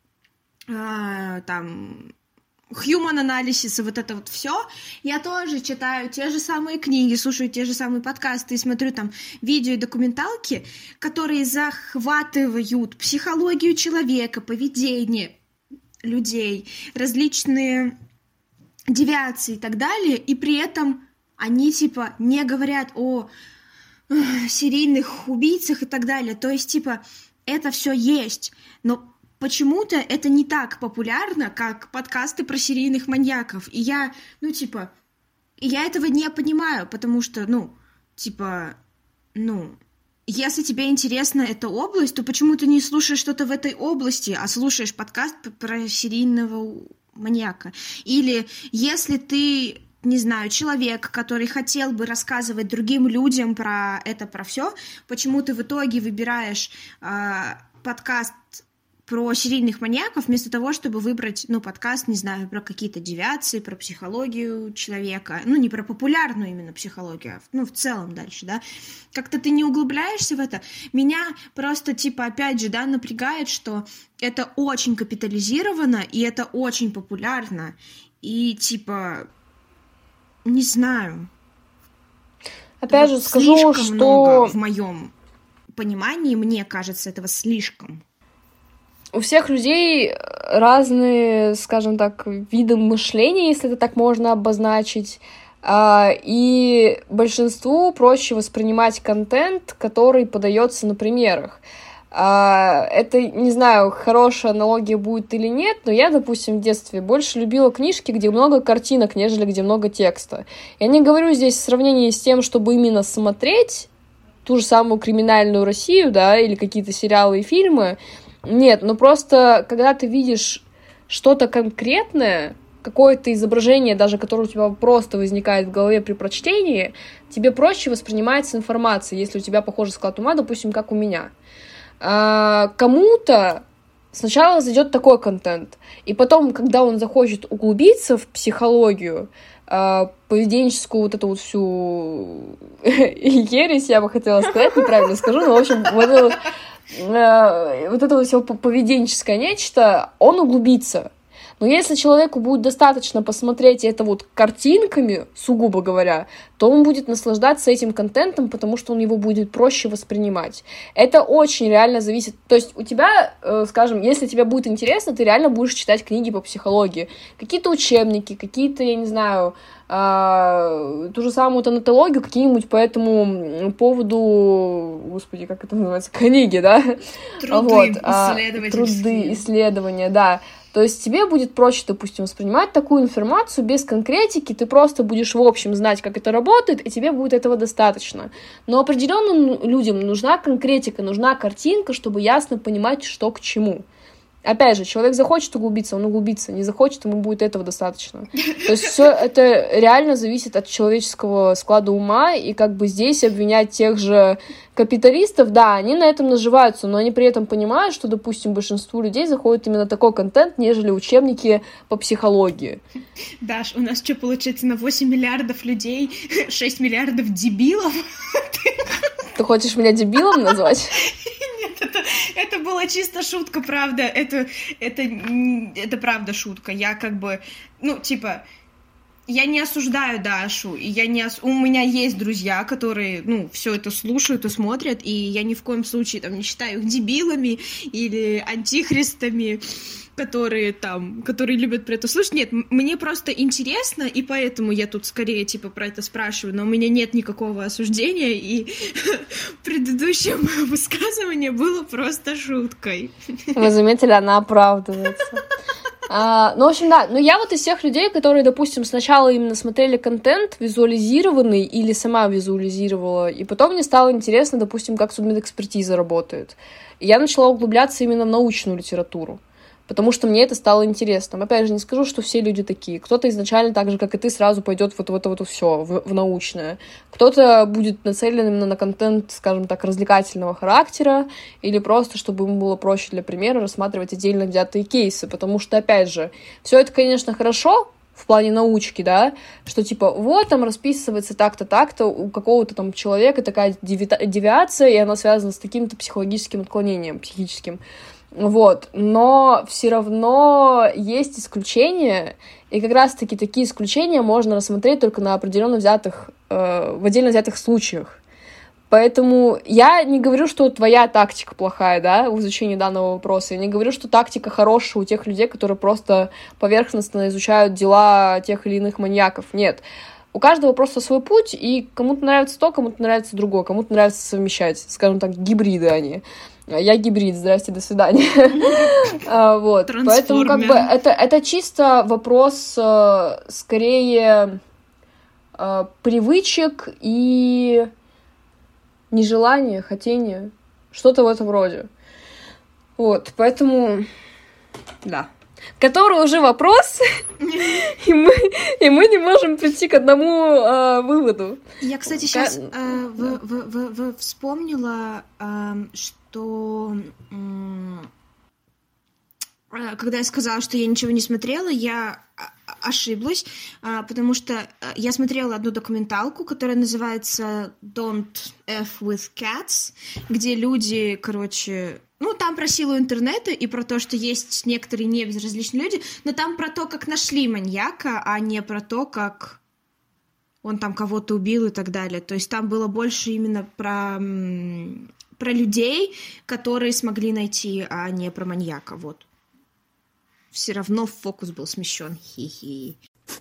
э, там, human analysis и вот это вот все, я тоже читаю те же самые книги, слушаю те же самые подкасты и смотрю там видео и документалки, которые захватывают психологию человека, поведение людей, различные девиации и так далее, и при этом они, типа, не говорят о э, серийных убийцах и так далее. То есть, типа, это все есть, но почему-то это не так популярно, как подкасты про серийных маньяков. И я, ну, типа, и я этого не понимаю, потому что, ну, типа, ну, если тебе интересна эта область, то почему ты не слушаешь что-то в этой области, а слушаешь подкаст про серийного маньяка? Или если ты, не знаю, человек, который хотел бы рассказывать другим людям про это, про все, почему ты в итоге выбираешь э, подкаст про серийных маньяков вместо того, чтобы выбрать, ну, подкаст, не знаю, про какие-то девиации, про психологию человека, ну, не про популярную именно психологию, а, ну, в целом дальше, да, как-то ты не углубляешься в это. Меня просто, типа, опять же, да, напрягает, что это очень капитализировано, и это очень популярно, и, типа, не знаю. Опять же, скажу, слишком что... много в моем понимании, мне кажется, этого слишком. У всех людей разные, скажем так, виды мышления, если это так можно обозначить, и большинству проще воспринимать контент, который подается на примерах. Это, не знаю, хорошая аналогия будет или нет, но я, допустим, в детстве больше любила книжки, где много картинок, нежели где много текста. Я не говорю здесь в сравнении с тем, чтобы именно смотреть ту же самую «Криминальную Россию», да, или какие-то сериалы и фильмы. Нет, ну просто, когда ты видишь что-то конкретное, какое-то изображение, даже которое у тебя просто возникает в голове при прочтении, тебе проще воспринимается информация, если у тебя похожий склад ума, допустим, как у меня. А, кому-то сначала зайдет такой контент, и потом, когда он захочет углубиться в психологию, а, поведенческую вот эту вот всю ересь, я бы хотела сказать, неправильно скажу, но, в общем, вот это вот это вот все поведенческое нечто, он углубится. Но если человеку будет достаточно посмотреть это вот картинками, сугубо говоря, то он будет наслаждаться этим контентом, потому что он его будет проще воспринимать. Это очень реально зависит. То есть у тебя, скажем, если тебе будет интересно, ты реально будешь читать книги по психологии. Какие-то учебники, какие-то, я не знаю, ту же самую тонатологию, какие-нибудь по этому поводу, господи, как это называется, книги, да? Труды, вот. исследовательские. Труды, исследования, да. То есть тебе будет проще, допустим, воспринимать такую информацию без конкретики, ты просто будешь в общем знать, как это работает, и тебе будет этого достаточно. Но определенным людям нужна конкретика, нужна картинка, чтобы ясно понимать, что к чему. Опять же, человек захочет углубиться, он углубится, не захочет, ему будет этого достаточно. То есть все это реально зависит от человеческого склада ума, и как бы здесь обвинять тех же капиталистов, да, они на этом наживаются, но они при этом понимают, что, допустим, большинству людей заходит именно такой контент, нежели учебники по психологии. Даш, у нас что, получается, на восемь миллиардов людей шесть миллиардов дебилов? Ты хочешь меня дебилом назвать? Нет, это, это была чисто шутка, правда. Это, это, это правда шутка. Я как бы, ну, типа, я не осуждаю Дашу, и я не ос... у меня есть друзья, которые, ну, все это слушают и смотрят, и я ни в коем случае там не считаю их дебилами или антихристами, которые там, которые любят про это слушать. Нет, мне просто интересно, и поэтому я тут скорее, типа, про это спрашиваю, но у меня нет никакого осуждения, и предыдущее мое высказывание было просто шуткой. Вы заметили, она оправдывается. А, ну, в общем, да, но я вот из всех людей, которые, допустим, сначала именно смотрели контент визуализированный или сама визуализировала, и потом мне стало интересно, допустим, как судмедэкспертиза работает. И я начала углубляться именно в научную литературу, потому что мне это стало интересным. Опять же, не скажу, что все люди такие. Кто-то изначально так же, как и ты, сразу пойдет вот в это вот все, в, в научное. Кто-то будет нацелен именно на контент, скажем так, развлекательного характера, или просто, чтобы ему было проще для примера рассматривать отдельно взятые кейсы, потому что, опять же, все это, конечно, хорошо, в плане научки, да, что типа вот там расписывается так-то, так-то, у какого-то там человека такая деви- девиация, и она связана с таким-то психологическим отклонением, психическим. Вот, но все равно есть исключения, и как раз-таки такие исключения можно рассмотреть только на определенно взятых, э, в отдельно взятых случаях. Поэтому я не говорю, что твоя тактика плохая, да, в изучении данного вопроса. Я не говорю, что тактика хорошая у тех людей, которые просто поверхностно изучают дела тех или иных маньяков. Нет. У каждого просто свой путь, и кому-то нравится то, кому-то нравится другое, кому-то нравится совмещать. Скажем так, гибриды они. Я гибрид, здрасте, до свидания. Вот. Поэтому как бы это, это чисто вопрос скорее привычек и нежелания, хотения, что-то в этом роде. Вот, поэтому, да. Который уже вопрос, и, мы, и мы не можем прийти к одному э, выводу. Я, кстати, сейчас э, в, в, в, в, вспомнила, э, что э, когда я сказала, что я ничего не смотрела, я ошиблась, э, потому что я смотрела одну документалку, которая называется «Don't F with Cats», где люди, короче... Ну, там про силу интернета и про то, что есть некоторые небезразличные люди, но там про то, как нашли маньяка, а не про то, как он там кого-то убил и так далее. То есть там было больше именно про, про людей, которые смогли найти, а не про маньяка, вот. Все равно фокус был смещен. Хи-хи.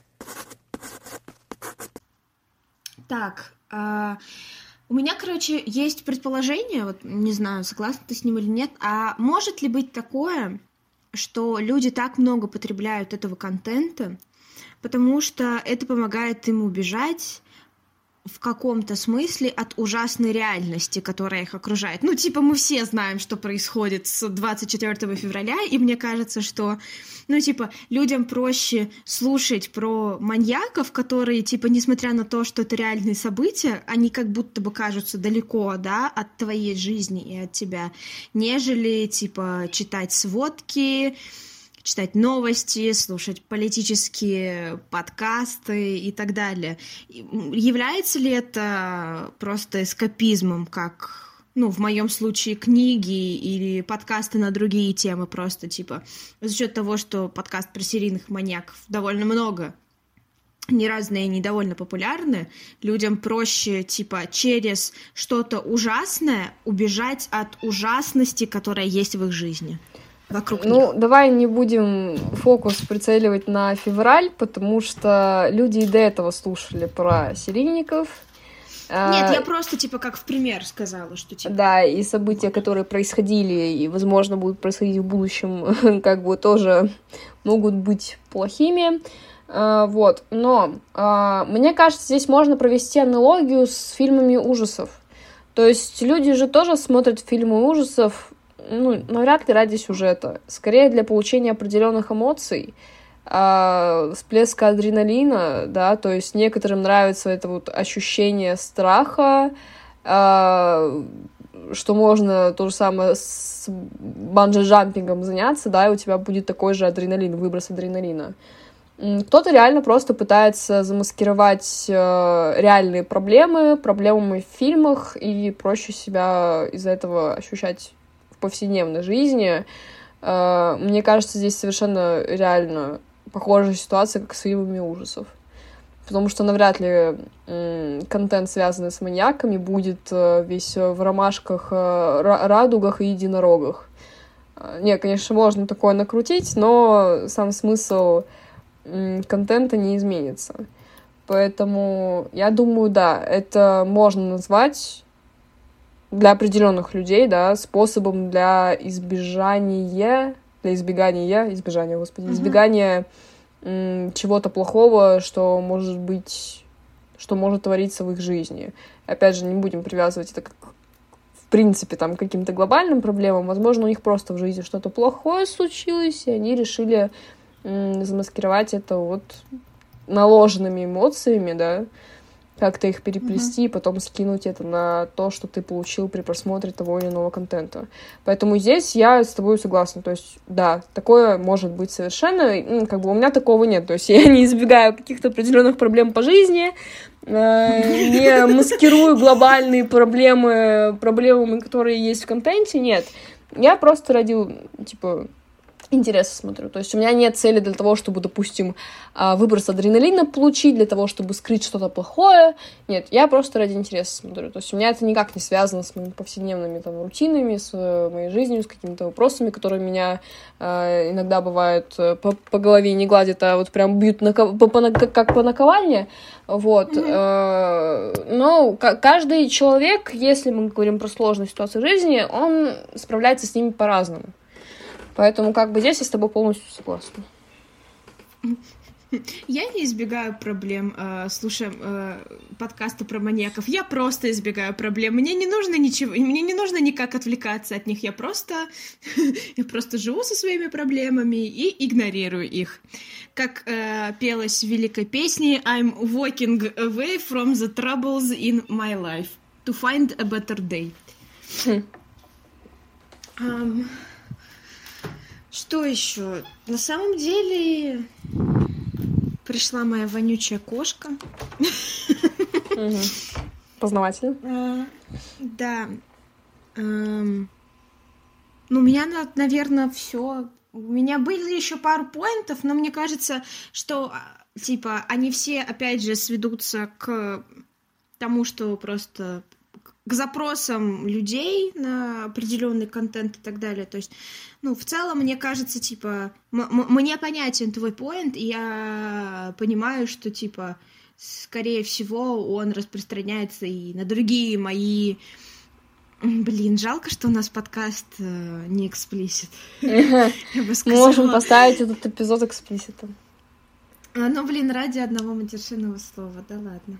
Так, а... У меня, короче, есть предположение, вот не знаю, согласна ты с ним или нет, а может ли быть такое, что люди так много потребляют этого контента, потому что это помогает им убежать в каком-то смысле от ужасной реальности, которая их окружает. Ну, типа, мы все знаем, что происходит с двадцать четвёртого февраля, и мне кажется, что, ну, типа, людям проще слушать про маньяков, которые, типа, несмотря на то, что это реальные события, они как будто бы кажутся далеко, да, от твоей жизни и от тебя, нежели, типа, читать сводки, читать новости, слушать политические подкасты и так далее. Является ли это просто эскапизмом, как, ну, в моем случае, книги или подкасты на другие темы, просто, типа, за счет того, что подкаст про серийных маньяков довольно много, не разные, они довольно популярны, людям проще, типа, через что-то ужасное убежать от ужасности, которая есть в их жизни. Вокруг ну, них. Давай не будем фокус прицеливать на февраль, потому что люди и до этого слушали про серийников. Нет, я просто, типа, как в пример сказала, что, типа... Да, и события, которые происходили и, возможно, будут происходить в будущем, как бы тоже могут быть плохими. Вот, но мне кажется, здесь можно провести аналогию с фильмами ужасов. То есть люди же тоже смотрят фильмы ужасов, ну, навряд ли ради сюжета. Скорее для получения определенных эмоций, э, всплеска адреналина, да, то есть некоторым нравится это вот ощущение страха, э, что можно то же самое с банджи-джампингом заняться, да, и у тебя будет такой же адреналин, выброс адреналина. Кто-то реально просто пытается замаскировать э, реальные проблемы, проблемами в фильмах, и проще себя из-за этого ощущать повседневной жизни. Мне кажется, здесь совершенно реально похожая ситуация, как с фильмами ужасов. Потому что навряд ли контент, связанный с маньяками, будет весь в ромашках, радугах и единорогах. Не, конечно, можно такое накрутить, но сам смысл контента не изменится. Поэтому я думаю, да, это можно назвать для определенных людей, да, способом для избежания, для избегания, избежания, господи, uh-huh. избегания м, чего-то плохого, что может быть, что может твориться в их жизни. Опять же, не будем привязывать это к, в принципе, там, к каким-то глобальным проблемам. Возможно, у них просто в жизни что-то плохое случилось, и они решили м, замаскировать это вот наложенными эмоциями, да, как-то их переплести, mm-hmm. и потом скинуть это на то, что ты получил при просмотре того или иного контента. Поэтому здесь я с тобой согласна. То есть, да, такое может быть совершенно. Ну, как бы у меня такого нет. То есть я не избегаю каких-то определенных проблем по жизни, не маскирую глобальные проблемы проблемами, которые есть в контенте. Нет. Я просто ради, типа, интереса смотрю. То есть у меня нет цели для того, чтобы, допустим, выброс адреналина получить, для того, чтобы скрыть что-то плохое. Нет, я просто ради интереса смотрю. То есть у меня это никак не связано с моими повседневными там рутинами, с моей жизнью, с какими-то вопросами, которые меня э, иногда бывают по, по голове не гладят, а вот прям бьют на, по, по, как по наковальне. Вот. Mm-hmm. Э, но к- каждый человек, если мы говорим про сложные ситуации в жизни, он справляется с ними по-разному. Поэтому как бы здесь я с тобой полностью согласна. Я не избегаю проблем, э, слушая э, подкасты про маньяков. Я просто избегаю проблем. Мне не нужно ничего, мне не нужно никак отвлекаться от них. Я просто, я просто живу со своими проблемами и игнорирую их. Как э, пелось в великой песне I'm walking away from the troubles in my life to find a better day. Хм. Um, Что еще? На самом деле пришла моя вонючая кошка. Угу. Познавательно. А, да. Um, ну, у меня, наверное, все. У меня были еще пару поинтов, но мне кажется, что, типа, они все, опять же, сведутся к тому, что просто к запросам людей на определенный контент и так далее. То есть, ну, в целом, мне кажется, типа, м- м- мне понятен твой поинт, и я понимаю, что, типа, скорее всего, он распространяется и на другие мои... Блин, жалко, что у нас подкаст э, не эксплисит. Мы можем поставить этот эпизод эксплиситом. Ну, блин, ради одного матершинного слова, да ладно.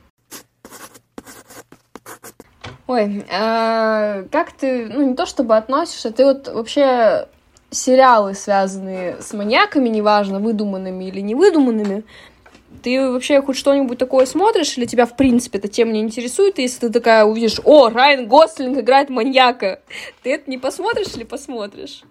Ой, а как ты, ну, не то чтобы относишься, ты вот вообще сериалы, связанные с маньяками, неважно, выдуманными или невыдуманными, ты вообще хоть что-нибудь такое смотришь, или тебя, в принципе, эта тема не интересует, и если ты такая увидишь, о, Райан Гослинг играет маньяка, ты это не посмотришь или посмотришь?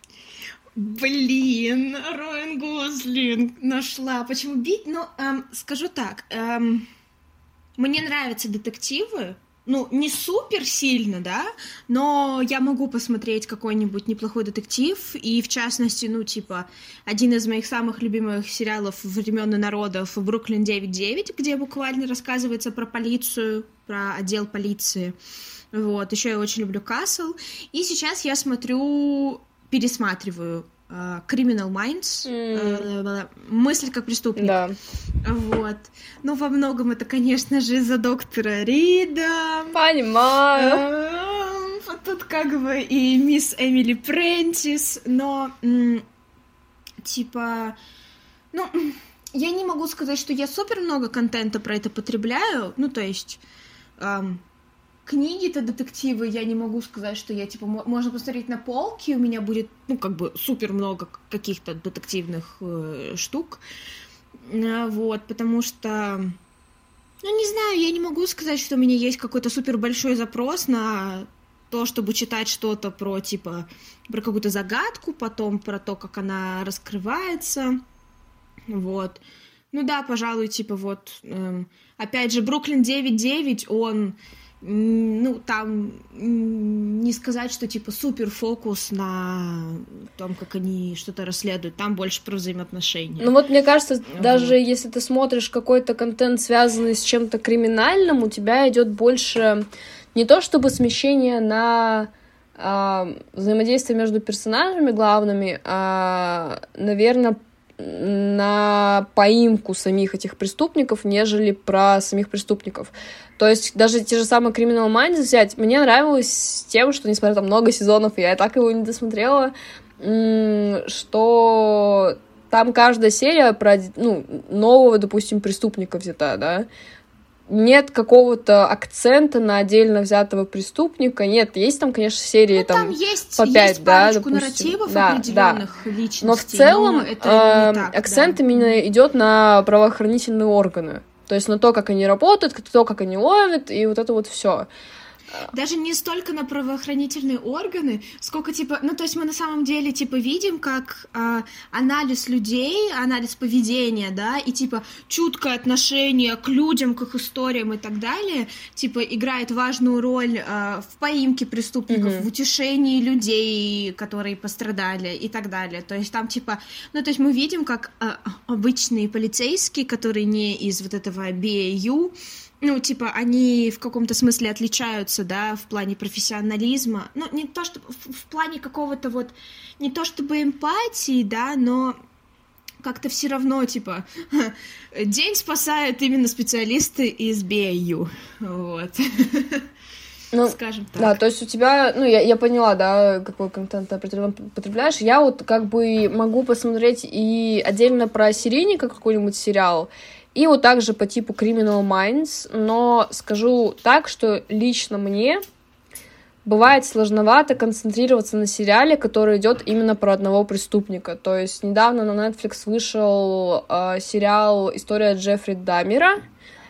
Блин, Райан Гослинг нашла. Почему бить? Ну, эм, скажу так, эм, мне нравятся детективы, ну, не супер сильно, да, но я могу посмотреть какой-нибудь неплохой детектив, и, в частности, ну, типа, один из моих самых любимых сериалов времен и народов «Бруклин девять девять», где буквально рассказывается про полицию, про отдел полиции, вот, еще я очень люблю «Касл», и сейчас я смотрю, пересматриваю Criminal Minds, mm. мысль как преступник. Да. Вот. Ну, во многом это, конечно же, из-за доктора Рида. Понимаю. А тут как бы и мисс Эмили Прентис, но м- типа, ну, я не могу сказать, что я супер много контента про это потребляю, ну, то есть эм, книги-то, детективы, я не могу сказать, что я, типа, можно посмотреть на полке, у меня будет, ну, как бы, супер много каких-то детективных э, штук, э, вот, потому что, ну, не знаю, я не могу сказать, что у меня есть какой-то супер большой запрос на то, чтобы читать что-то про, типа, про какую-то загадку, потом про то, как она раскрывается, вот. Ну да, пожалуй, типа, вот, эм, опять же, Бруклин девять девять, он... Ну, там не сказать, что, типа, супер фокус на том, как они что-то расследуют. Там больше про взаимоотношения. Ну, вот, мне кажется, uh-huh. даже если ты смотришь какой-то контент, связанный с чем-то криминальным, у тебя идет больше не то чтобы смещение на а, взаимодействие между персонажами главными, а, наверное, на поимку самих этих преступников, нежели про самих преступников. То есть даже те же самые Criminal Minds взять, мне нравилось тем, что, несмотря на много сезонов, я и так его не досмотрела, что там каждая серия про, ну, нового, допустим, преступника взята, да, нет какого-то акцента на отдельно взятого преступника. Нет, есть там, конечно, серии ну, там, там есть, по пять, есть да, допустим. Нарративов да, определенных да. личностей. Но в целом но это э, так, акцент да. именно идет на правоохранительные органы. То есть на то, как они работают, то, как они ловят, и вот это вот все. Даже не столько на правоохранительные органы, сколько, типа, ну, то есть мы на самом деле, типа, видим, как э, анализ людей, анализ поведения, да, и, типа, чуткое отношение к людям, к их историям и так далее, типа, играет важную роль э, в поимке преступников, mm-hmm. в утешении людей, которые пострадали и так далее. То есть там, типа, ну, то есть мы видим, как э, обычные полицейские, которые не из вот этого би эй ю, ну, типа, они в каком-то смысле отличаются, да, в плане профессионализма. Ну, не то, что в, в плане какого-то вот, не то чтобы эмпатии, да, но как-то все равно, типа, день спасают именно специалисты из би эй ю, вот. Ну, скажем так. Да, то есть у тебя, ну, я, я поняла, да, какой контент ты определенно потребляешь. Я вот как бы могу посмотреть и отдельно про серийника какой-нибудь сериал, и вот также по типу Criminal Minds, но скажу так, что лично мне бывает сложновато концентрироваться на сериале, который идет именно про одного преступника. То есть недавно на Netflix вышел э, сериал «История Джеффри Даммера».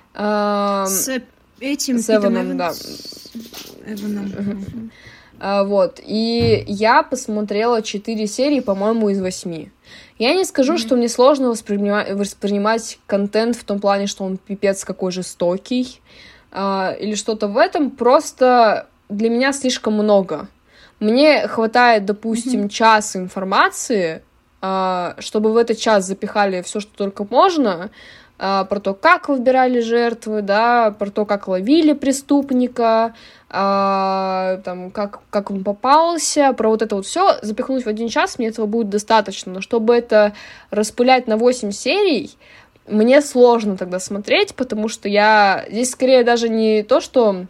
Э, С этим с Эваном, да. Эваном. Uh-huh. Uh, вот, и я посмотрела четыре серии, по-моему, из восьми. Я не скажу, mm-hmm. что мне сложно воспринимать, воспринимать контент в том плане, что он пипец какой жестокий, uh, или что-то в этом, просто для меня слишком много. Мне хватает, допустим, mm-hmm. часа информации, uh, чтобы в этот час запихали все, что только можно, про то, как выбирали жертвы, да, про то, как ловили преступника, а, там, как, как он попался, про вот это вот все запихнуть в один час, мне этого будет достаточно. Но чтобы это распылять на восемь серий, мне сложно тогда смотреть, потому что я... Здесь скорее даже не то, что...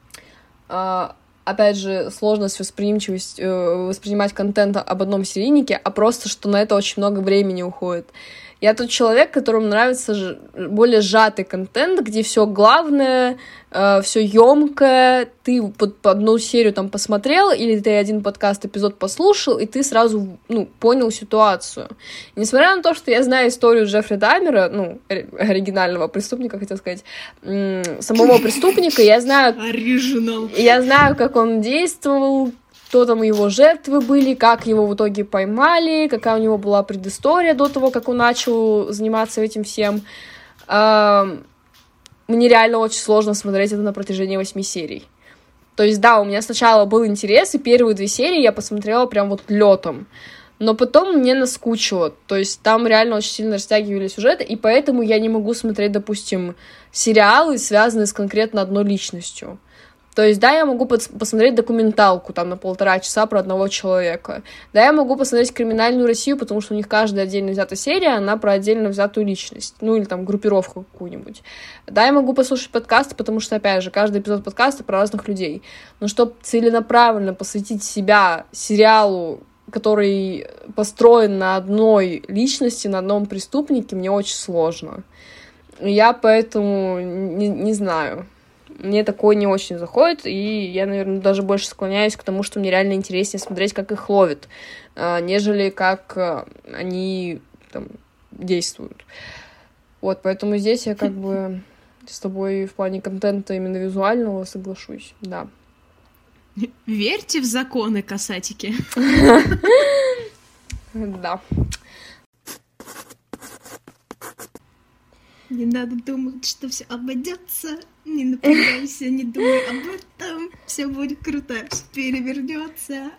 А, опять же, сложность восприимчивость, воспринимать контент об одном серийнике, а просто, что на это очень много времени уходит. Я тот человек, которому нравится более сжатый контент, где все главное, э, все емкое, ты под одну серию там посмотрел, или ты один подкаст, эпизод послушал, и ты сразу, ну, понял ситуацию. И несмотря на то, что я знаю историю Джеффри Даммера, ну, оригинального преступника, хотел сказать, самого преступника, я знаю... Оригинал. Я знаю, как он действовал, кто там его жертвы были, как его в итоге поймали, какая у него была предыстория до того, как он начал заниматься этим всем. Мне реально очень сложно смотреть это на протяжении восьми серий. То есть, да, у меня сначала был интерес, и первые две серии я посмотрела прям вот летом. Но потом мне наскучило. То есть там реально очень сильно растягивали сюжеты, и поэтому я не могу смотреть, допустим, сериалы, связанные с конкретно одной личностью. То есть, да, я могу посмотреть документалку там на полтора часа про одного человека. Да, я могу посмотреть «Криминальную Россию», потому что у них каждая отдельно взятая серия, она про отдельно взятую личность. Ну, или там группировку какую-нибудь. Да, я могу послушать подкасты, потому что, опять же, каждый эпизод подкаста про разных людей. Но чтобы целенаправленно посвятить себя сериалу, который построен на одной личности, на одном преступнике, мне очень сложно. Я поэтому не, не знаю... Мне такое не очень заходит, и я, наверное, даже больше склоняюсь к тому, что мне реально интереснее смотреть, как их ловят, нежели как они там действуют. Вот, поэтому здесь я как бы с тобой в плане контента именно визуального соглашусь, да. Верьте в законы, касатики. Да. Не надо думать, что все обойдется. Не напрягайся, не думай об этом. Все будет круто, все перевернется.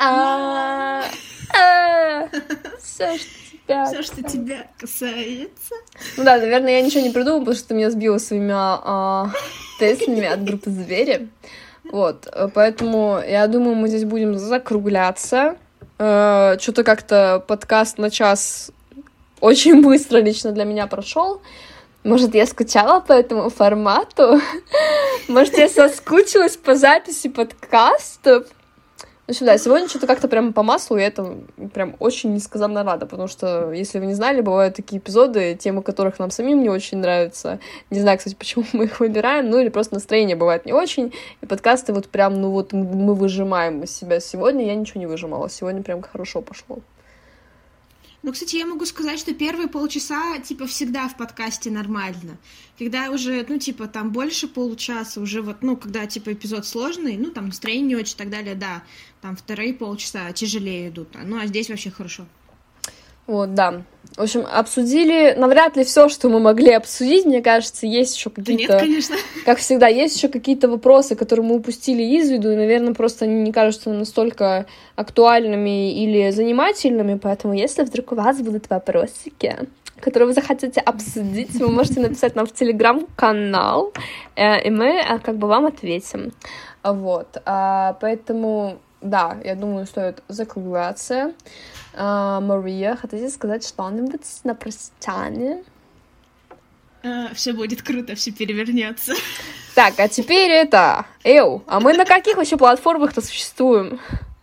Все, что тебя... Все, что тебя касается. Ну да, наверное, я ничего не придумала, потому что ты меня сбила своими тестами от группы «Звери». Вот, поэтому я думаю, мы здесь будем закругляться. Что-то как-то подкаст на час очень быстро лично для меня прошел. Может, я скучала по этому формату? Может, я соскучилась по записи подкастов? В общем, да, сегодня что-то как-то прям по маслу, и это прям очень несказанно рада, потому что, если вы не знали, бывают такие эпизоды, темы которых нам самим не очень нравятся. Не знаю, кстати, почему мы их выбираем, ну или просто настроение бывает не очень, и подкасты вот прям, ну вот мы выжимаем из себя. Сегодня я ничего не выжимала, сегодня прям хорошо пошло. Ну, кстати, я могу сказать, что первые полчаса, типа, всегда в подкасте нормально. Когда уже, ну, типа, там больше получаса, уже вот, ну, когда, типа, эпизод сложный, ну, там, настроение не очень и так далее, да, там, вторые полчаса тяжелее идут. Ну, а здесь вообще хорошо. Вот, да. В общем, обсудили, навряд ли все, что мы могли обсудить. Мне кажется, есть еще какие-то... Да нет, конечно. Как всегда, есть еще какие-то вопросы, которые мы упустили из виду, и, наверное, просто они не кажутся настолько актуальными или занимательными, поэтому если вдруг у вас будут вопросики, которые вы захотите обсудить, вы можете написать нам в Телеграм-канал, и мы как бы вам ответим. Вот, поэтому, да, я думаю, стоит закругляться. Uh, Мария, хотите сказать что-нибудь на прощание? Uh, все будет круто, все перевернется. Так, а теперь это... Эу, а мы на каких вообще платформах-то существуем?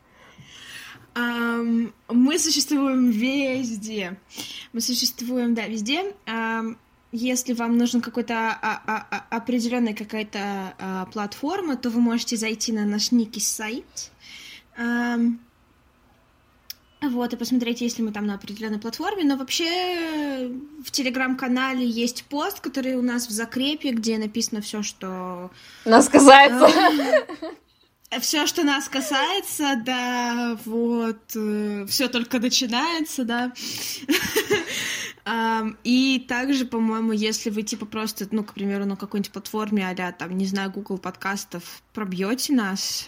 Um, мы существуем везде. Мы существуем, да, везде. Um, если вам нужна какой-то а, а, а, определенная какая-то а, платформа, то вы можете зайти на наш Ники сайт. Um, Вот, и посмотреть, если мы там на определенной платформе. Но вообще в Телеграм-канале есть пост, который у нас в закрепе, где написано все, что... Нас касается. Все, что нас касается, да, вот. Все только начинается, да. И также, по-моему, если вы, типа, просто, ну, к примеру, на какой-нибудь платформе а-ля, там, не знаю, Google подкастов пробьете нас...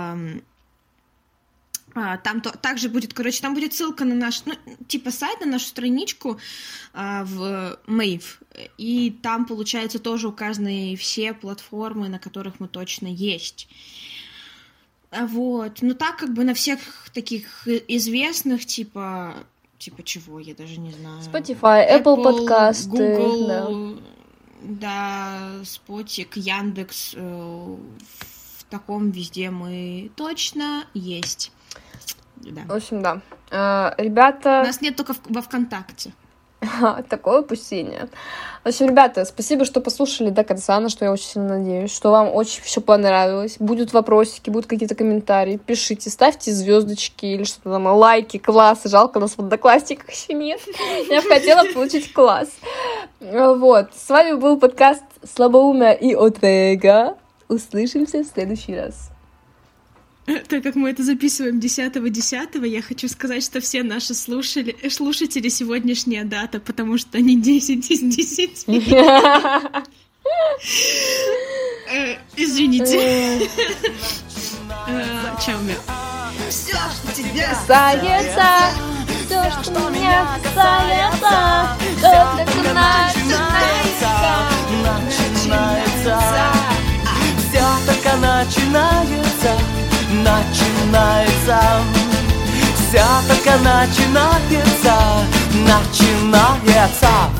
А, там то, также будет, короче, там будет ссылка на наш, ну, типа сайт, на нашу страничку а, в Мэйв, и там, получается, тоже указаны все платформы, на которых мы точно есть. Вот, ну так как бы на всех таких известных, типа, типа чего, я даже не знаю. Spotify, Apple, Apple подкасты, Google, да, да Спотик, Яндекс, э, в таком везде мы точно есть. Да. В общем, да. А, ребята... У нас нет только в, во ВКонтакте. Такое упущение. В общем, ребята, спасибо, что послушали до конца, на что я очень сильно надеюсь, что вам очень все понравилось. Будут вопросики, будут какие-то комментарии. Пишите, ставьте звездочки или что-то там, лайки, класс. Жалко, нас в Одноклассниках еще нет. Я бы хотела получить класс. Вот. С вами был подкаст «Слабоумие и Отвега». Услышимся в следующий раз. Так как мы это записываем десятого десятого, я хочу сказать, что все наши слушали, слушатели сегодняшняя дата, потому что они десять из десяти. Извините. Чао, мяу. Все, что тебя касается, все, что меня касается, то начинается, начинается. Все только начинается. Начинается, вся только начинается, начинается.